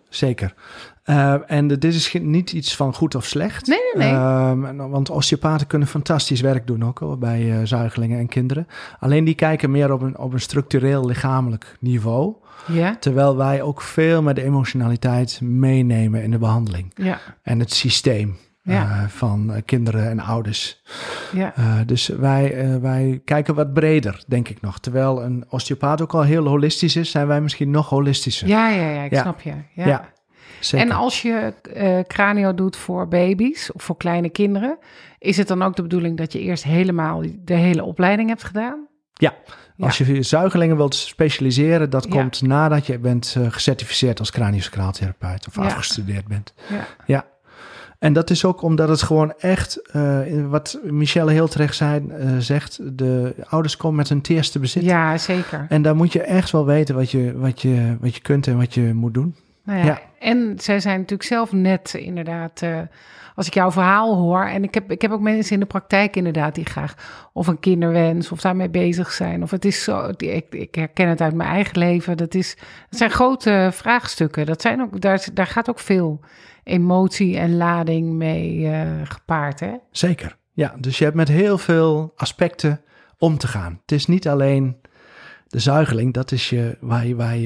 zeker. En dit is niet iets van goed of slecht. Nee. Want osteopaten kunnen fantastisch werk doen ook hoor, bij zuigelingen en kinderen. Alleen die kijken meer op een structureel lichamelijk niveau. Ja. Terwijl wij ook veel met de emotionaliteit meenemen in de behandeling. Ja. En het systeem van kinderen en ouders. Ja. Dus wij kijken wat breder, denk ik nog. Terwijl een osteopaat ook al heel holistisch is, zijn wij misschien nog holistischer. Ja, ik snap je. Ja. Zeker. En als je cranio doet voor baby's of voor kleine kinderen, is het dan ook de bedoeling dat je eerst helemaal de hele opleiding hebt gedaan? Ja, als je zuigelingen wilt specialiseren, dat komt nadat je bent gecertificeerd als craniosacraaltherapeut of afgestudeerd bent. Ja. En dat is ook omdat het gewoon echt, wat Michelle heel terecht zegt, de ouders komen met hun teerste bezit. Ja, zeker. En daar moet je echt wel weten wat je kunt en wat je moet doen. Nou ja. En zij zijn natuurlijk zelf net inderdaad, als ik jouw verhaal hoor, en ik heb ook mensen in de praktijk inderdaad die graag of een kinderwens of daarmee bezig zijn. Of het is zo, ik herken het uit mijn eigen leven, dat zijn grote vraagstukken. Dat zijn ook, daar gaat ook veel emotie en lading mee gepaard, hè? Zeker, ja. Dus je hebt met heel veel aspecten om te gaan. Het is niet alleen de zuigeling, dat is waar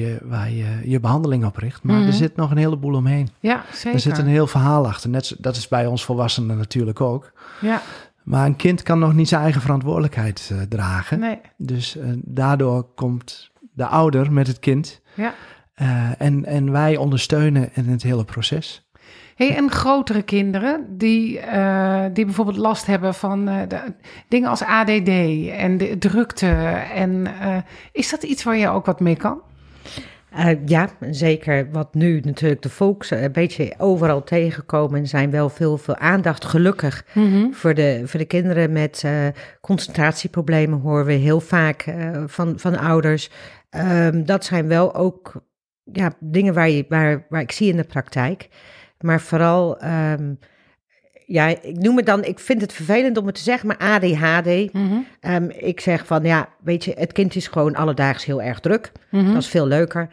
je behandeling op richt. Maar er zit nog een heleboel omheen. Ja, zeker. Er zit een heel verhaal achter. Dat is bij ons volwassenen natuurlijk ook. Ja. Maar een kind kan nog niet zijn eigen verantwoordelijkheid dragen. Nee. Dus daardoor komt de ouder met het kind. Ja. En wij ondersteunen in het hele proces. Hey, en grotere kinderen die bijvoorbeeld last hebben van dingen als ADD en de drukte. En is dat iets waar je ook wat mee kan? Ja, zeker. Wat nu natuurlijk de volks een beetje overal tegenkomen, zijn wel veel aandacht, gelukkig, voor de kinderen met concentratieproblemen, horen we heel vaak van ouders. Dat zijn wel ook dingen waar ik zie in de praktijk. Maar vooral, ik noem het dan, ik vind het vervelend om het te zeggen, maar ADHD. Ik zeg van, weet je, het kind is gewoon alledaags heel erg druk. Dat is veel leuker.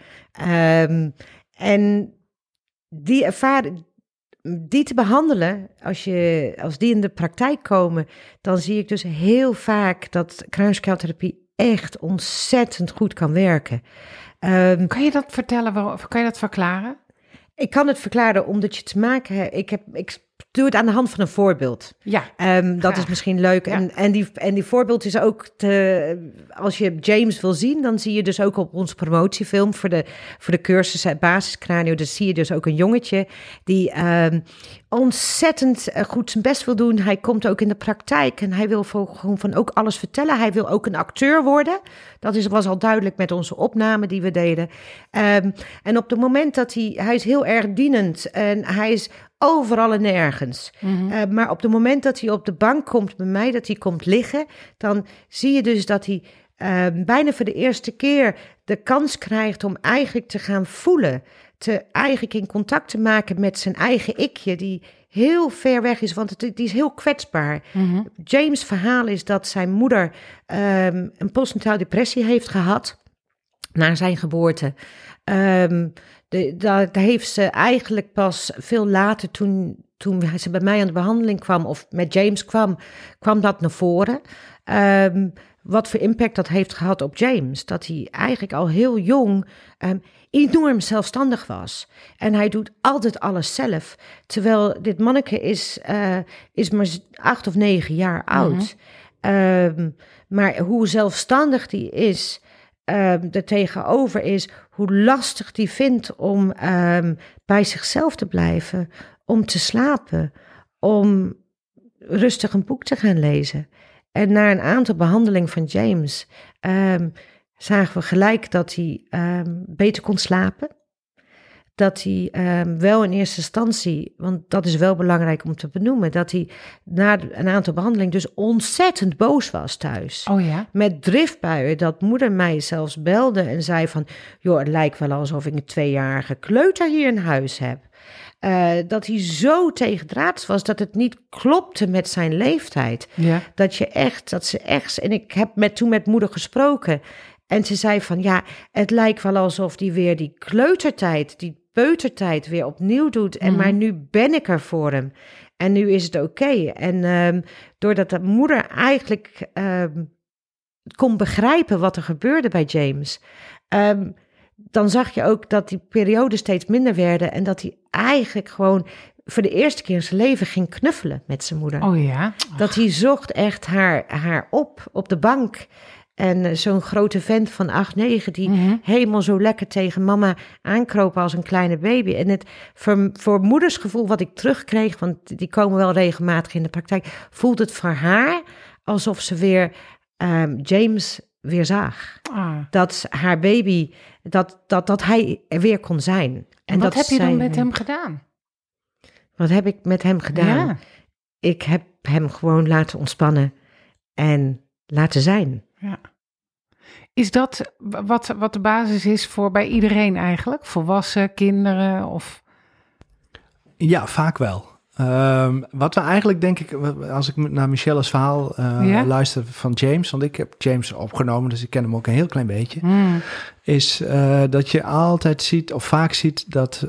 En die ervaring, die te behandelen, als die in de praktijk komen, dan zie ik dus heel vaak dat craniosacraaltherapie echt ontzettend goed kan werken. Kan je dat vertellen? Kan je dat verklaren? Ik kan het verklaren omdat je te maken hebt. Ik doe het aan de hand van een voorbeeld. Ja. Dat is misschien leuk. Ja. En die voorbeeld is ook als je James wil zien, dan zie je dus ook op onze promotiefilm voor de cursus basiscranio. Dus zie je dus ook een jongetje die ontzettend goed zijn best wil doen. Hij komt ook in de praktijk en hij wil gewoon van ook alles vertellen. Hij wil ook een acteur worden. Dat was al duidelijk met onze opname die we deden. En op het moment dat hij is heel erg dienend en hij is overal en nergens. Maar op het moment dat hij op de bank komt bij mij, dat hij komt liggen, dan zie je dus dat hij bijna voor de eerste keer de kans krijgt om eigenlijk te gaan voelen, eigenlijk in contact te maken met zijn eigen ikje, die heel ver weg is, want die is heel kwetsbaar. James' verhaal is dat zijn moeder een postnatale depressie heeft gehad na zijn geboorte. Daar heeft ze eigenlijk pas veel later, toen ze bij mij aan de behandeling kwam, of met James kwam dat naar voren. Wat voor impact dat heeft gehad op James. Dat hij eigenlijk al heel jong enorm zelfstandig was. En hij doet altijd alles zelf. Terwijl dit manneke is maar 8 of 9 jaar oud. Maar hoe zelfstandig die is, er tegenover is, hoe lastig die vindt om bij zichzelf te blijven, om te slapen, om rustig een boek te gaan lezen. En na een aantal behandelingen van James zagen we gelijk dat hij beter kon slapen. Dat hij wel in eerste instantie, want dat is wel belangrijk om te benoemen, dat hij na een aantal behandelingen dus ontzettend boos was thuis. Oh ja? Met driftbuien, dat moeder mij zelfs belde en zei van, joh, het lijkt wel alsof ik een 2-jarige kleuter hier in huis heb. Dat hij zo tegendraads was dat het niet klopte met zijn leeftijd. Ja. Dat ze echt, en ik heb toen met moeder gesproken. En ze zei van, ja, het lijkt wel alsof die weer die kleutertijd, die peutertijd weer opnieuw doet. En maar nu ben ik er voor hem. En nu is het oké. En doordat de moeder eigenlijk kon begrijpen wat er gebeurde bij James, dan zag je ook dat die perioden steeds minder werden en dat hij eigenlijk gewoon voor de eerste keer in zijn leven ging knuffelen met zijn moeder. Oh ja? Dat hij zocht echt haar op de bank. En zo'n grote vent van 8, 9, die helemaal zo lekker tegen mama aankropen als een kleine baby. En het voor moedersgevoel wat ik terugkreeg, want die komen wel regelmatig in de praktijk, voelt het voor haar alsof ze weer James weer zag. Dat haar baby, dat hij er weer kon zijn. En wat heb je dan met hem gedaan? Wat heb ik met hem gedaan? Ja. Ik heb hem gewoon laten ontspannen en laten zijn. Ja. Is dat wat de basis is voor bij iedereen eigenlijk? Volwassen, kinderen of? Ja, vaak wel. Wat we eigenlijk, denk ik, als ik naar Michelle's verhaal luister van James, want ik heb James opgenomen, dus ik ken hem ook een heel klein beetje, is dat je altijd ziet, of vaak ziet, dat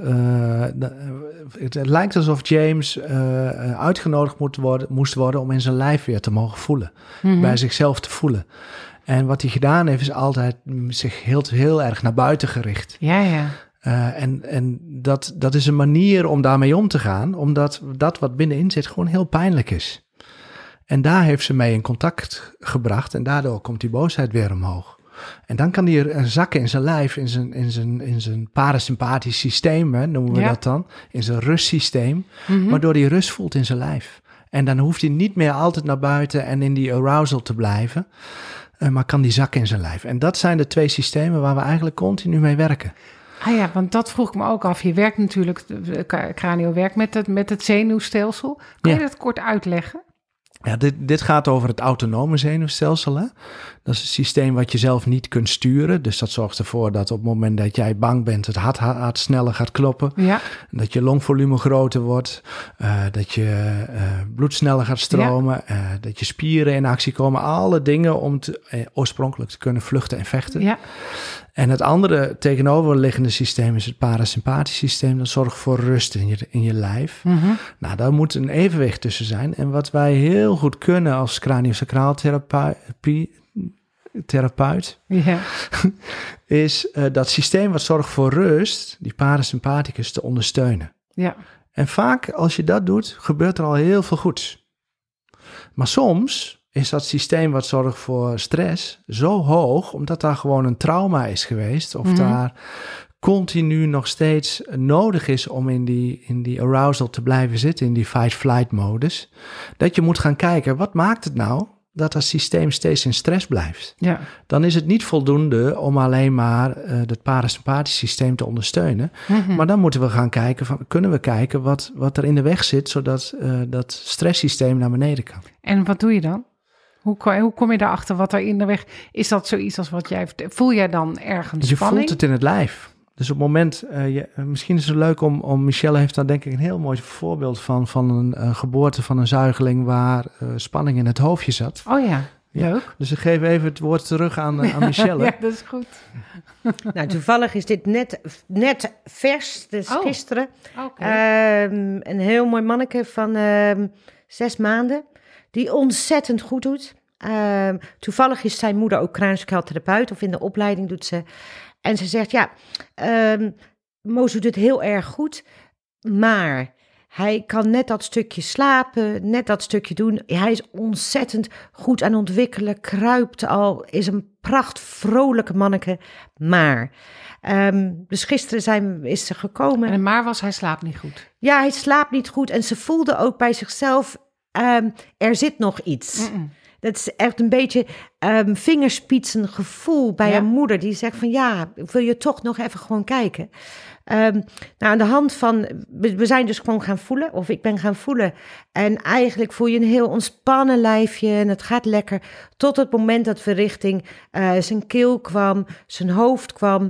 het lijkt alsof James uitgenodigd moest worden om in zijn lijf weer te mogen voelen, bij zichzelf te voelen. En wat hij gedaan heeft, is altijd zich heel erg naar buiten gericht. Ja. En dat is een manier om daarmee om te gaan, omdat dat wat binnenin zit gewoon heel pijnlijk is. En daar heeft ze mee in contact gebracht en daardoor komt die boosheid weer omhoog. En dan kan die zakken in zijn lijf, in zijn parasympathisch systeem, hè, noemen we dat dan, in zijn rustsysteem, waardoor hij rust voelt in zijn lijf. En dan hoeft hij niet meer altijd naar buiten en in die arousal te blijven, maar kan die zakken in zijn lijf. En dat zijn de 2 systemen waar we eigenlijk continu mee werken. Ah ja, want dat vroeg ik me ook af. Je werkt natuurlijk, Cranio werkt met het zenuwstelsel. Kun je dat kort uitleggen? Ja, dit gaat over het autonome zenuwstelsel. Hè? Dat is een systeem wat je zelf niet kunt sturen. Dus dat zorgt ervoor dat op het moment dat jij bang bent, het hart sneller gaat kloppen. Ja. Dat je longvolume groter wordt. Dat je bloed sneller gaat stromen. Ja. Dat je spieren in actie komen. Alle dingen om oorspronkelijk te kunnen vluchten en vechten. Ja. En het andere tegenoverliggende systeem is het parasympathisch systeem. Dat zorgt voor rust in je lijf. Nou, daar moet een evenwicht tussen zijn. En wat wij heel goed kunnen als craniosacraal therapeut, is dat systeem wat zorgt voor rust, die parasympathicus, te ondersteunen. Ja. En vaak als je dat doet, gebeurt er al heel veel goeds. Maar soms is dat systeem wat zorgt voor stress zo hoog, omdat daar gewoon een trauma is geweest, of daar continu nog steeds nodig is om in die arousal te blijven zitten, in die fight-flight modus, dat je moet gaan kijken, wat maakt het nou dat systeem steeds in stress blijft? Ja. Dan is het niet voldoende om alleen maar het parasympathisch systeem te ondersteunen, maar dan moeten we gaan kijken, kunnen we kijken wat er in de weg zit, zodat dat stresssysteem naar beneden kan. En wat doe je dan? Hoe kom je daarachter wat er in de weg... Is dat zoiets als wat jij... Voel jij dan ergens je spanning? Je voelt het in het lijf. Dus op het moment... misschien is het leuk om... Michelle heeft daar denk ik een heel mooi voorbeeld van een geboorte van een zuigeling waar spanning in het hoofdje zat. Oh ja, leuk. Dus ik geef even het woord terug aan Michelle. Ja, dat is goed. Nou, toevallig is dit net vers, dus gisteren. Okay. Een heel mooi manneke van 6 maanden... die ontzettend goed doet. Toevallig is zijn moeder ook craniosacraal therapeut, of in de opleiding doet ze. En ze zegt, Moos doet het heel erg goed, maar hij kan net dat stukje slapen, net dat stukje doen. Hij is ontzettend goed aan ontwikkelen, kruipt al, is een vrolijke manneke, maar... dus gisteren is ze gekomen. En maar was hij slaapt niet goed? Ja, hij slaapt niet goed en ze voelde ook bij zichzelf... er zit nog iets. Dat is echt een beetje vingerspitsen gevoel bij een moeder die zegt van wil je toch nog even gewoon kijken? Aan de hand van, we zijn dus gewoon gaan voelen, of ik ben gaan voelen. En eigenlijk voel je een heel ontspannen lijfje en het gaat lekker. Tot het moment dat we richting zijn keel kwam, zijn hoofd kwam.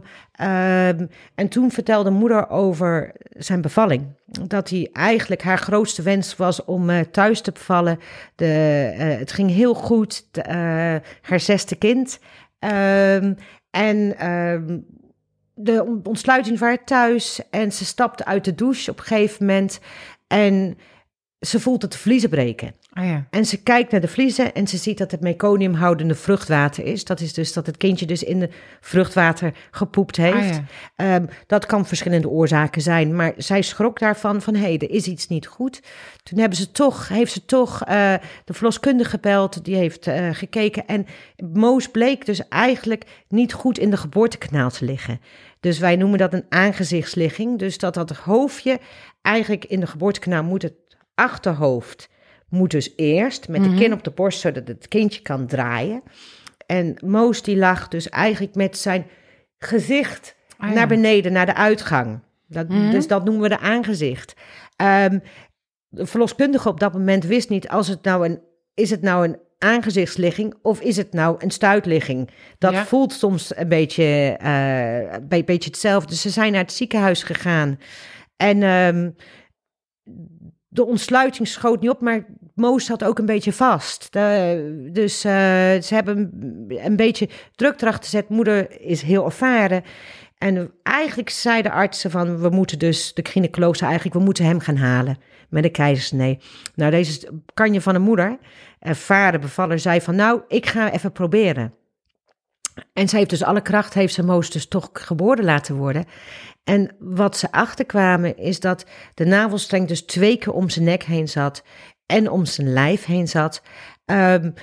En toen vertelde moeder over zijn bevalling. Dat hij eigenlijk haar grootste wens was om thuis te bevallen. Het ging heel goed, haar 6e kind. De ontsluiting van haar thuis. En ze stapte uit de douche op een gegeven moment. En ze voelt dat de vliezen breken. Oh ja. En ze kijkt naar de vliezen en ze ziet dat het meconiumhoudende vruchtwater is. Dat is dus dat het kindje dus in de vruchtwater gepoept heeft. Oh ja. Dat kan verschillende oorzaken zijn. Maar zij schrok daarvan van, er is iets niet goed. Toen heeft ze toch de verloskundige gebeld. Die heeft gekeken. En Moos bleek dus eigenlijk niet goed in de geboortekanaal te liggen. Dus wij noemen dat een aangezichtsligging. Dus dat hoofdje eigenlijk in de geboortekanaal moet, het achterhoofd moet dus eerst met de kin op de borst, zodat het kindje kan draaien. En Moos die lag dus eigenlijk met zijn gezicht naar beneden, naar de uitgang. Dus dat noemen we de aangezicht. De verloskundige op dat moment wist niet, is het nou een aangezichtsligging of is het nou een stuitligging? Dat voelt soms een beetje hetzelfde. Dus ze zijn naar het ziekenhuis gegaan. En de ontsluiting schoot niet op, maar Moos zat ook een beetje vast. Dus ze hebben een beetje druk erachter gezet. Moeder is heel ervaren. En eigenlijk zeiden de artsen van, we moeten hem gaan halen met een keizersnee. Nou, deze kanje van een moeder, ervaren bevaller, zei van, ik ga even proberen. En ze heeft dus alle kracht, heeft ze Moos dus toch geboren laten worden. En wat ze achterkwamen is dat de navelstreng dus 2 keer om zijn nek heen zat en om zijn lijf heen zat. En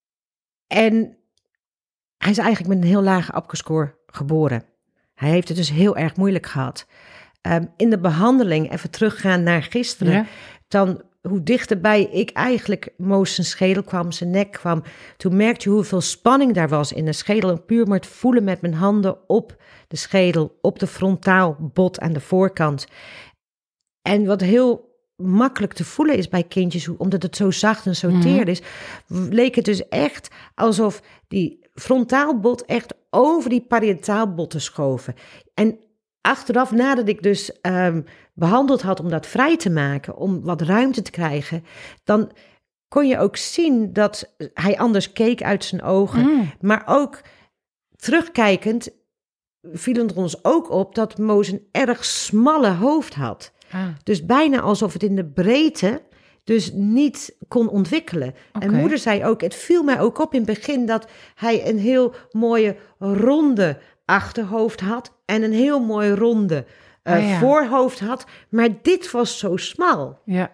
hij is eigenlijk met een heel lage APGAR-score geboren. Hij heeft het dus heel erg moeilijk gehad. In de behandeling, even teruggaan naar gisteren, dan hoe dichterbij ik eigenlijk Moos zijn schedel kwam, zijn nek kwam, toen merkte je hoeveel spanning daar was in de schedel. En puur maar het voelen met mijn handen op de schedel, op de frontaalbot aan de voorkant. En wat heel makkelijk te voelen is bij kindjes, omdat het zo zacht en zo teer is, leek het dus echt alsof die frontaalbot echt over die parietaalbotten schoven. En achteraf, nadat ik dus behandeld had om dat vrij te maken, om wat ruimte te krijgen, dan kon je ook zien dat hij anders keek uit zijn ogen. Maar ook terugkijkend viel het ons ook op dat Moos een erg smalle hoofd had. Dus bijna alsof het in de breedte dus niet kon ontwikkelen. Okay. En moeder zei ook, het viel mij ook op in het begin dat hij een heel mooie ronde achterhoofd had en een heel mooi ronde voorhoofd had. Maar dit was zo smal. Ja.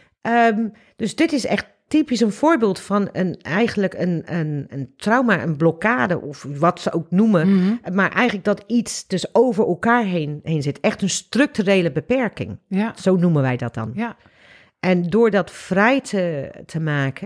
Dus dit is echt typisch een voorbeeld van een trauma, een blokkade of wat ze ook noemen. Maar eigenlijk dat iets dus over elkaar heen zit. Echt een structurele beperking. Ja. Zo noemen wij dat dan. Ja. En door dat vrij te maken,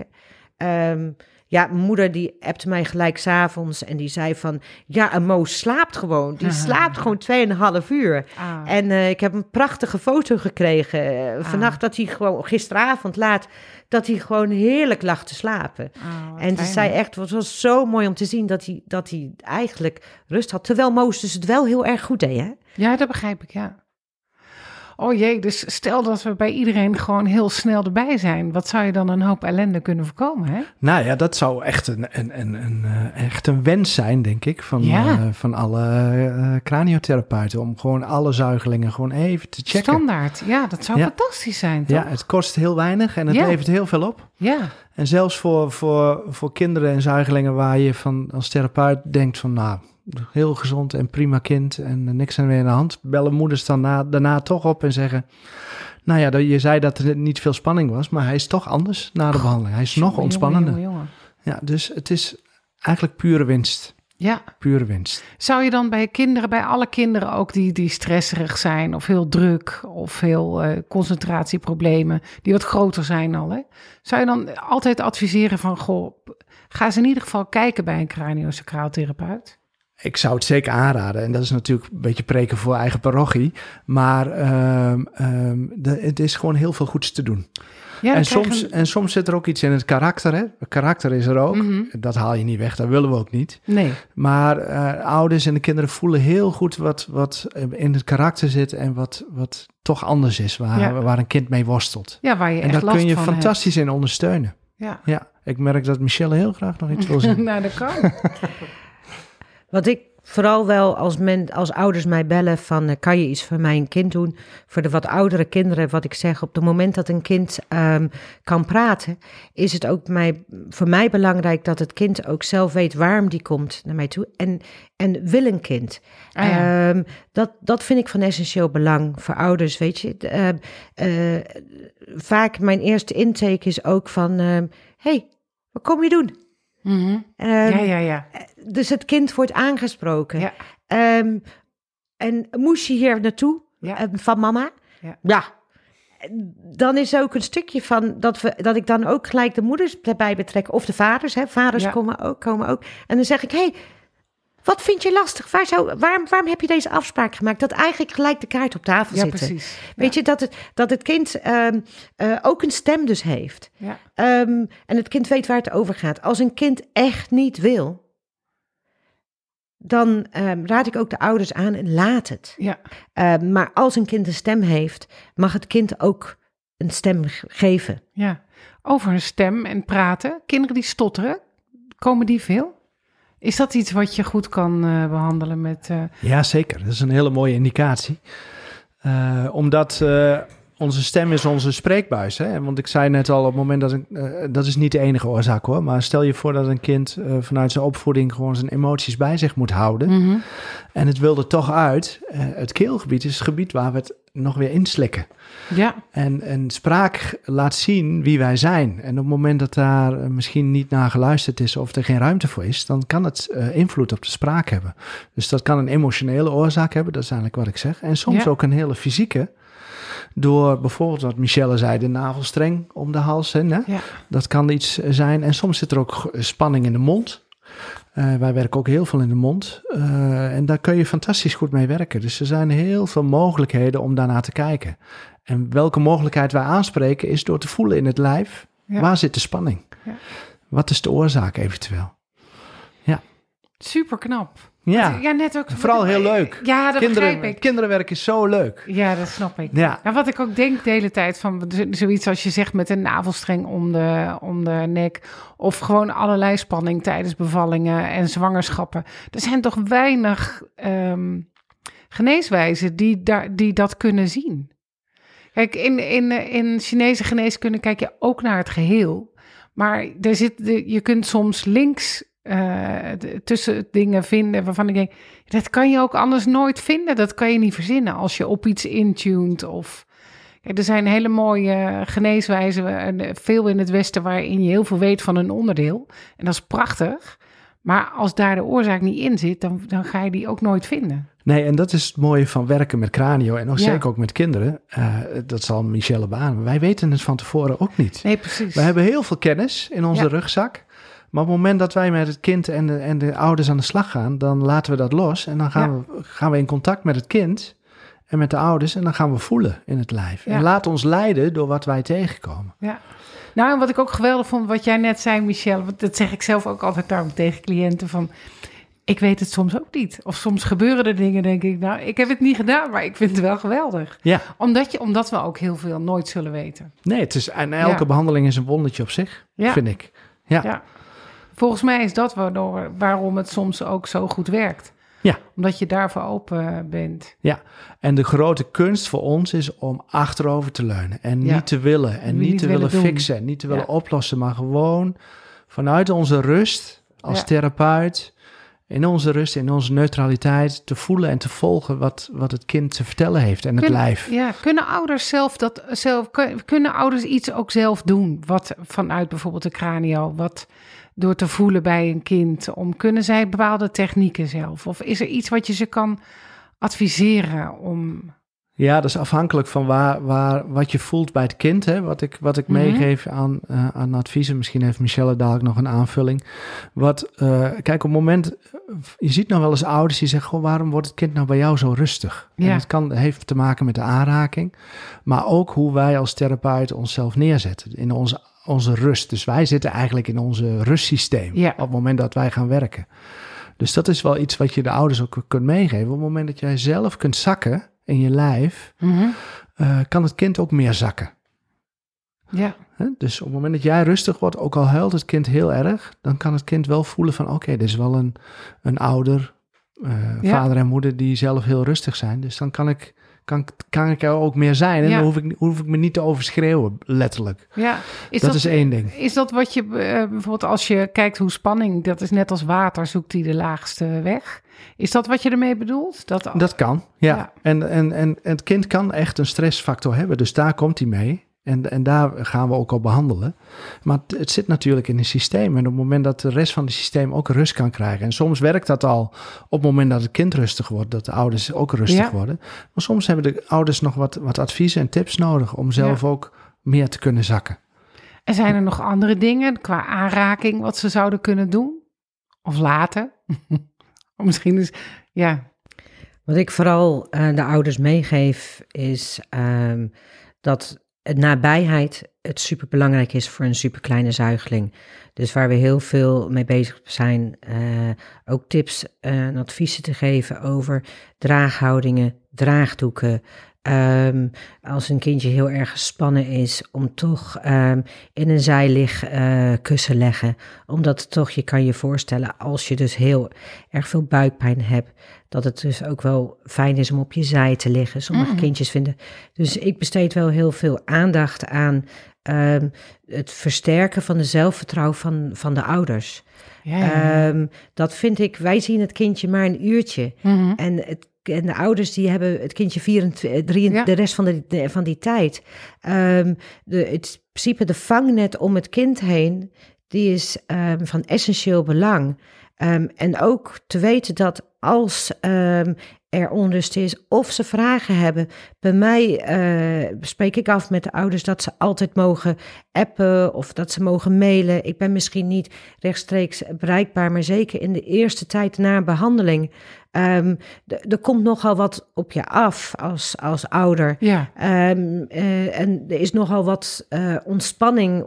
mijn moeder die appte mij gelijk 's avonds en die zei van, en Moos slaapt gewoon. Die slaapt gewoon 2,5 uur. En ik heb een prachtige foto gekregen vannacht dat hij gewoon, gisteravond laat, dat hij gewoon heerlijk lag te slapen. En ze zei echt, het was zo mooi om te zien dat hij eigenlijk rust had. Terwijl Moos dus het wel heel erg goed deed, hè? Ja, dat begrijp ik, ja. Oh jee, dus stel dat we bij iedereen gewoon heel snel erbij zijn. Wat zou je dan een hoop ellende kunnen voorkomen, hè? Nou ja, dat zou echt een wens zijn, denk ik, van alle craniotherapeuten. Om gewoon alle zuigelingen gewoon even te checken. Standaard, ja, dat zou fantastisch zijn, toch? Ja, het kost heel weinig en het levert heel veel op. Ja. En zelfs voor kinderen en zuigelingen waar je van als therapeut denkt van, heel gezond en prima kind en niks aan de hand. Bellen moeders dan daarna toch op en zeggen, je zei dat er niet veel spanning was, maar hij is toch anders na de behandeling. Hij is nog ontspannender. Jongen. Ja, dus het is eigenlijk pure winst. Ja. Pure winst. Zou je dan bij alle kinderen ook die stresserig zijn of heel druk of heel concentratieproblemen, die wat groter zijn al, hè? Zou je dan altijd adviseren van, ga eens in ieder geval kijken bij een craniosacraal therapeut? Ik zou het zeker aanraden. En dat is natuurlijk een beetje preken voor eigen parochie. Maar het is gewoon heel veel goeds te doen. Ja, en soms zit er ook iets in het karakter. Hè? Het karakter is er ook. Mm-hmm. Dat haal je niet weg. Dat willen we ook niet. Nee. Maar ouders en de kinderen voelen heel goed wat in het karakter zit. En wat toch anders is. Waar een kind mee worstelt. Ja, waar je echt last van hebt. En daar kun je fantastisch hebt. in ondersteunen. Ja. Ik merk dat Michelle heel graag nog iets wil zeggen. Nou, dat kan. Wat ik vooral wel als ouders mij bellen van... kan je iets voor mijn kind doen? Voor de wat oudere kinderen, wat ik zeg... op het moment dat een kind kan praten... is het ook voor mij belangrijk dat het kind ook zelf weet... waarom die komt naar mij toe. En wil een kind. Dat vind ik van essentieel belang voor ouders, weet je. Vaak mijn eerste intake is ook van... hey, wat kom je doen? Mm-hmm. Dus het kind wordt aangesproken. Ja. En moest je hier naartoe van mama? Ja. Dan is ook een stukje van dat ik dan ook gelijk de moeders erbij betrek. Of de vaders. Hè. Vaders komen ook. En dan zeg ik, hey, wat vind je lastig? Waarom heb je deze afspraak gemaakt? Dat eigenlijk gelijk de kaart op tafel zitten. Precies. Weet je, dat het kind ook een stem dus heeft. Ja. En het kind weet waar het over gaat. Als een kind echt niet wil... dan raad ik ook de ouders aan en laat het. Ja. Maar als een kind een stem heeft... mag het kind ook een stem geven. Ja, over een stem en praten. Kinderen die stotteren, komen die veel? Is dat iets wat je goed kan behandelen met... Ja, zeker. Dat is een hele mooie indicatie. Omdat onze stem is onze spreekbuis. Hè? Want ik zei net al, op het moment dat is niet de enige oorzaak hoor. Maar stel je voor dat een kind vanuit zijn opvoeding gewoon zijn emoties bij zich moet houden. Mm-hmm. En het wil er toch uit. Het keelgebied is het gebied waar we het nog weer inslikken. Ja. En spraak laat zien wie wij zijn. En op het moment dat daar misschien niet naar geluisterd is of er geen ruimte voor is, dan kan het invloed op de spraak hebben. Dus dat kan een emotionele oorzaak hebben, dat is eigenlijk wat ik zeg. En soms ook een hele fysieke. Door bijvoorbeeld, wat Michelle zei, de navelstreng om de hals. Hè? Ja. Dat kan iets zijn. En soms zit er ook spanning in de mond. Wij werken ook heel veel in de mond. En daar kun je fantastisch goed mee werken. Dus er zijn heel veel mogelijkheden om daarnaar te kijken. En welke mogelijkheid wij aanspreken is door te voelen in het lijf. Ja. Waar zit de spanning? Ja. Wat is de oorzaak eventueel? Ja. Super knap. Ja, net ook. Vooral heel leuk. Ja, dat begrijp ik. Kinderenwerk is zo leuk. Ja, dat snap ik. Ja. En wat ik ook denk de hele tijd van zoiets als je zegt met een navelstreng om de nek. Of gewoon allerlei spanning tijdens bevallingen en zwangerschappen. Er zijn toch weinig geneeswijzen die dat kunnen zien. Kijk, in Chinese geneeskunde kijk je ook naar het geheel. Maar je kunt soms links tussen dingen vinden waarvan ik denk, dat kan je ook anders nooit vinden. Dat kan je niet verzinnen als je op iets intuned. Kijk, er zijn hele mooie geneeswijzen, veel in het Westen, waarin je heel veel weet van een onderdeel. En dat is prachtig. Maar als daar de oorzaak niet in zit, dan ga je die ook nooit vinden. Nee, en dat is het mooie van werken met cranio en ook zeker ook met kinderen. Dat zal Michelle beamen. Wij weten het van tevoren ook niet. Nee, precies. We hebben heel veel kennis in onze rugzak. Maar op het moment dat wij met het kind en de ouders aan de slag gaan, dan laten we dat los. En dan gaan we in contact met het kind en met de ouders. En dan gaan we voelen in het lijf. Ja. En laat ons leiden door wat wij tegenkomen. Ja. Nou, en wat ik ook geweldig vond, wat jij net zei, Michelle. Want dat zeg ik zelf ook altijd daarom tegen cliënten van, ik weet het soms ook niet. Of soms gebeuren er dingen, denk ik, nou, ik heb het niet gedaan, maar ik vind het wel geweldig. Ja. Omdat we ook heel veel nooit zullen weten. Nee, en elke behandeling is een wondertje op zich, vind ik. Ja. Volgens mij is dat waarom het soms ook zo goed werkt. Ja. Omdat je daarvoor open bent. Ja, en de grote kunst voor ons is om achterover te leunen. En niet te willen. En niet te willen fixen. En niet te willen oplossen. Maar gewoon vanuit onze rust als therapeut, in onze rust, in onze neutraliteit, te voelen en te volgen wat het kind te vertellen heeft en het lijf. Ja, kunnen ouders kunnen ouders iets ook zelf doen? Wat vanuit bijvoorbeeld de cranio, wat door te voelen bij een kind, kunnen zij bepaalde technieken zelf? Of is er iets wat je ze kan adviseren om? Ja, dat is afhankelijk van wat je voelt bij het kind. Hè? Wat ik meegeef aan adviezen. Misschien heeft Michelle dadelijk nog een aanvulling. Kijk, op het moment, je ziet nou wel eens ouders die zeggen, waarom wordt het kind nou bij jou zo rustig? Ja. En het heeft te maken met de aanraking. Maar ook hoe wij als therapeut onszelf neerzetten in onze rust. Dus wij zitten eigenlijk in onze rustsysteem op het moment dat wij gaan werken. Dus dat is wel iets wat je de ouders ook kunt meegeven. Op het moment dat jij zelf kunt zakken in je lijf, kan het kind ook meer zakken. Ja. Dus op het moment dat jij rustig wordt, ook al huilt het kind heel erg, dan kan het kind wel voelen van, oké, dit is wel een ouder vader en moeder die zelf heel rustig zijn. Dus dan kan ik er ook meer zijn. En dan hoef ik me niet te overschreeuwen, letterlijk. Ja. Dat is één ding. Is dat wat je bijvoorbeeld als je kijkt hoe spanning, dat is net als water, zoekt die de laagste weg. Is dat wat je ermee bedoelt? Dat kan, ja. En het kind kan echt een stressfactor hebben. Dus daar komt hij mee. En daar gaan we ook op behandelen. Maar het zit natuurlijk in een systeem. En op het moment dat de rest van het systeem ook rust kan krijgen. En soms werkt dat al op het moment dat het kind rustig wordt. Dat de ouders ook rustig worden. Maar soms hebben de ouders nog wat adviezen en tips nodig. Om zelf ook meer te kunnen zakken. En zijn er nog andere dingen qua aanraking wat ze zouden kunnen doen? Of laten? Of misschien is, Wat ik vooral de ouders meegeef is dat nabijheid het superbelangrijk is voor een superkleine zuigeling. Dus waar we heel veel mee bezig zijn, ook tips en adviezen te geven over draaghoudingen, draagdoeken. Als een kindje heel erg gespannen is, om toch in een zijligkussen leggen. Omdat toch, je kan je voorstellen, als je dus heel erg veel buikpijn hebt, dat het dus ook wel fijn is om op je zij te liggen. Sommige kindjes vinden. Dus ik besteed wel heel veel aandacht aan het versterken van de zelfvertrouwen van de ouders. Dat vind ik, wij zien het kindje maar een uurtje. En de ouders die hebben het kindje de rest van die tijd. Het principe, de vangnet om het kind heen, die is van essentieel belang. En ook te weten dat als er onrust is of ze vragen hebben. Bij mij spreek ik af met de ouders dat ze altijd mogen appen of dat ze mogen mailen. Ik ben misschien niet rechtstreeks bereikbaar, maar zeker in de eerste tijd na een behandeling. Er komt nogal wat op je af als ouder. Ja. En er is nogal wat ontspanning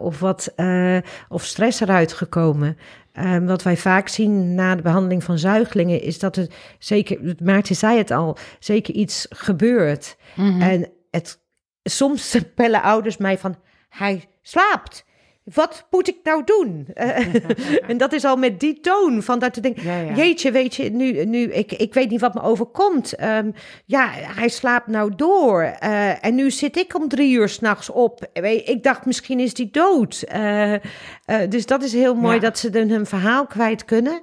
of stress eruit gekomen. Wat wij vaak zien na de behandeling van zuigelingen is dat er zeker, Maarten zei het al, zeker iets gebeurt. En soms bellen ouders mij van, hij slaapt. Wat moet ik nou doen? En dat is al met die toon van dat te denken, jeetje, weet je, nu ik weet niet wat me overkomt. Hij slaapt nou door. En nu zit ik om 3 uur 's nachts op. Ik dacht, misschien is die dood. Dus dat is heel mooi dat ze hun verhaal kwijt kunnen.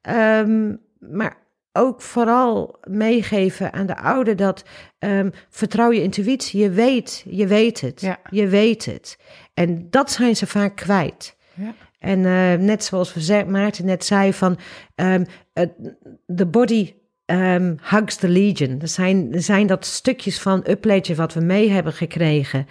Maar ook vooral meegeven aan de ouder dat vertrouw je intuïtie. Je weet het. Ja. Je weet het. En dat zijn ze vaak kwijt. Ja. En net zoals Maarten net zei van the body hugs the legion. Er zijn dat stukjes van Upledger wat we mee hebben gekregen.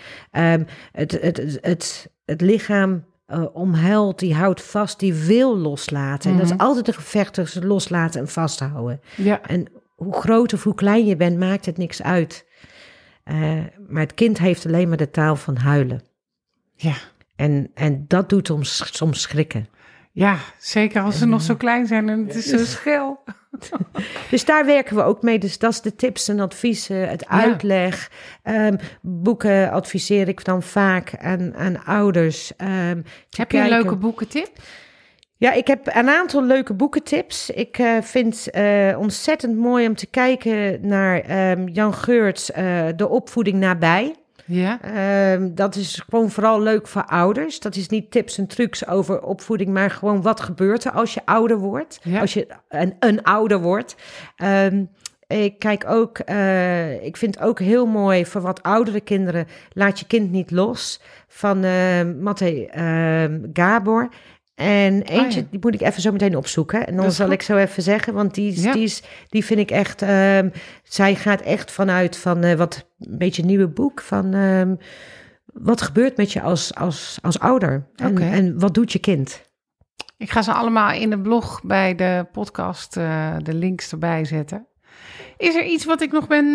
Het lichaam omhuilt, die houdt vast, die wil loslaten. En dat is altijd een gevecht tussen loslaten en vasthouden. Ja. En hoe groot of hoe klein je bent, maakt het niks uit. Maar het kind heeft alleen maar de taal van huilen. Ja. En dat doet ons soms schrikken. Ja, zeker als ze nog zo klein zijn en het is zo schel. Dus daar werken we ook mee. Dus dat is de tips en adviezen, het uitleg. Boeken adviseer ik dan vaak aan ouders. Heb je een leuke boekentip? Ja, ik heb een aantal leuke boekentips. Ik vind ontzettend mooi om te kijken naar Jan Geurts, De opvoeding nabij. Ja. Dat is gewoon vooral leuk voor ouders. Dat is niet tips en trucs over opvoeding, maar gewoon wat gebeurt er als je ouder wordt. Ja. Als je een ouder wordt. Ik kijk ook, ik vind ook heel mooi voor wat oudere kinderen, Laat je kind niet los, van Matthé Gabor. En eentje, die moet ik even zo meteen opzoeken. En dan zal ik zo even zeggen, want die vind ik echt... zij gaat echt vanuit van wat een beetje een nieuwe boek. Van wat gebeurt met je als ouder? En wat doet je kind? Ik ga ze allemaal in de blog bij de podcast de links erbij zetten. Is er iets wat ik nog ben...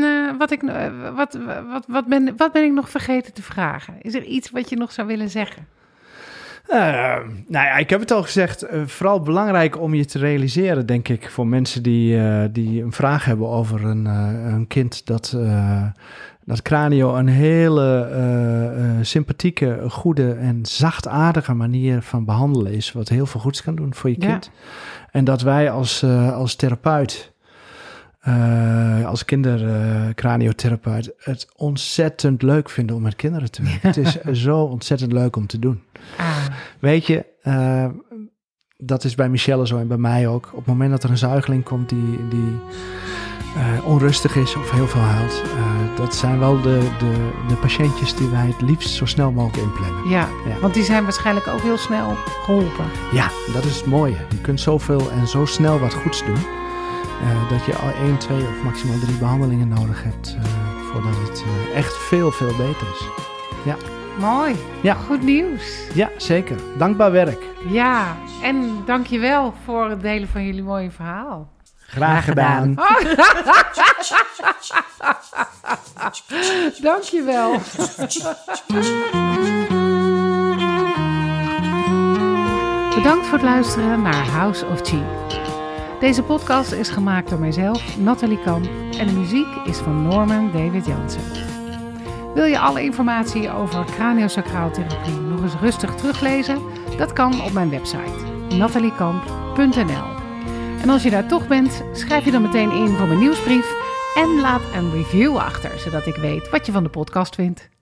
Wat ben ik nog vergeten te vragen? Is er iets wat je nog zou willen zeggen? Ik heb het al gezegd, vooral belangrijk om je te realiseren, denk ik, voor mensen die een vraag hebben over een kind, dat Cranio een hele sympathieke, goede en zachtaardige manier van behandelen is, wat heel veel goeds kan doen voor je kind. En dat wij als therapeut als kindercraniotherapeut het ontzettend leuk vinden om met kinderen te werken. Het is zo ontzettend leuk om te doen. Weet je, dat is bij Michelle zo en bij mij ook. Op het moment dat er een zuigeling komt die onrustig is of heel veel huilt, dat zijn wel de patiëntjes die wij het liefst zo snel mogelijk inplannen. Ja, want die zijn waarschijnlijk ook heel snel geholpen. Ja, dat is het mooie. Je kunt zoveel en zo snel wat goeds doen, dat je al 1, 2 of maximaal 3 behandelingen nodig hebt voordat het echt veel, veel beter is. Ja. Mooi. Ja. Goed nieuws. Ja, zeker. Dankbaar werk. Ja, en dankjewel voor het delen van jullie mooie verhaal. Graag gedaan. Dankjewel. Bedankt voor het luisteren naar House of Chi. Deze podcast is gemaakt door mijzelf, Nathalie Kamp, en de muziek is van Norman David Jansen. Wil je alle informatie over craniosacraaltherapie nog eens rustig teruglezen? Dat kan op mijn website, nataliekamp.nl. En als je daar toch bent, schrijf je dan meteen in voor mijn nieuwsbrief en laat een review achter, zodat ik weet wat je van de podcast vindt.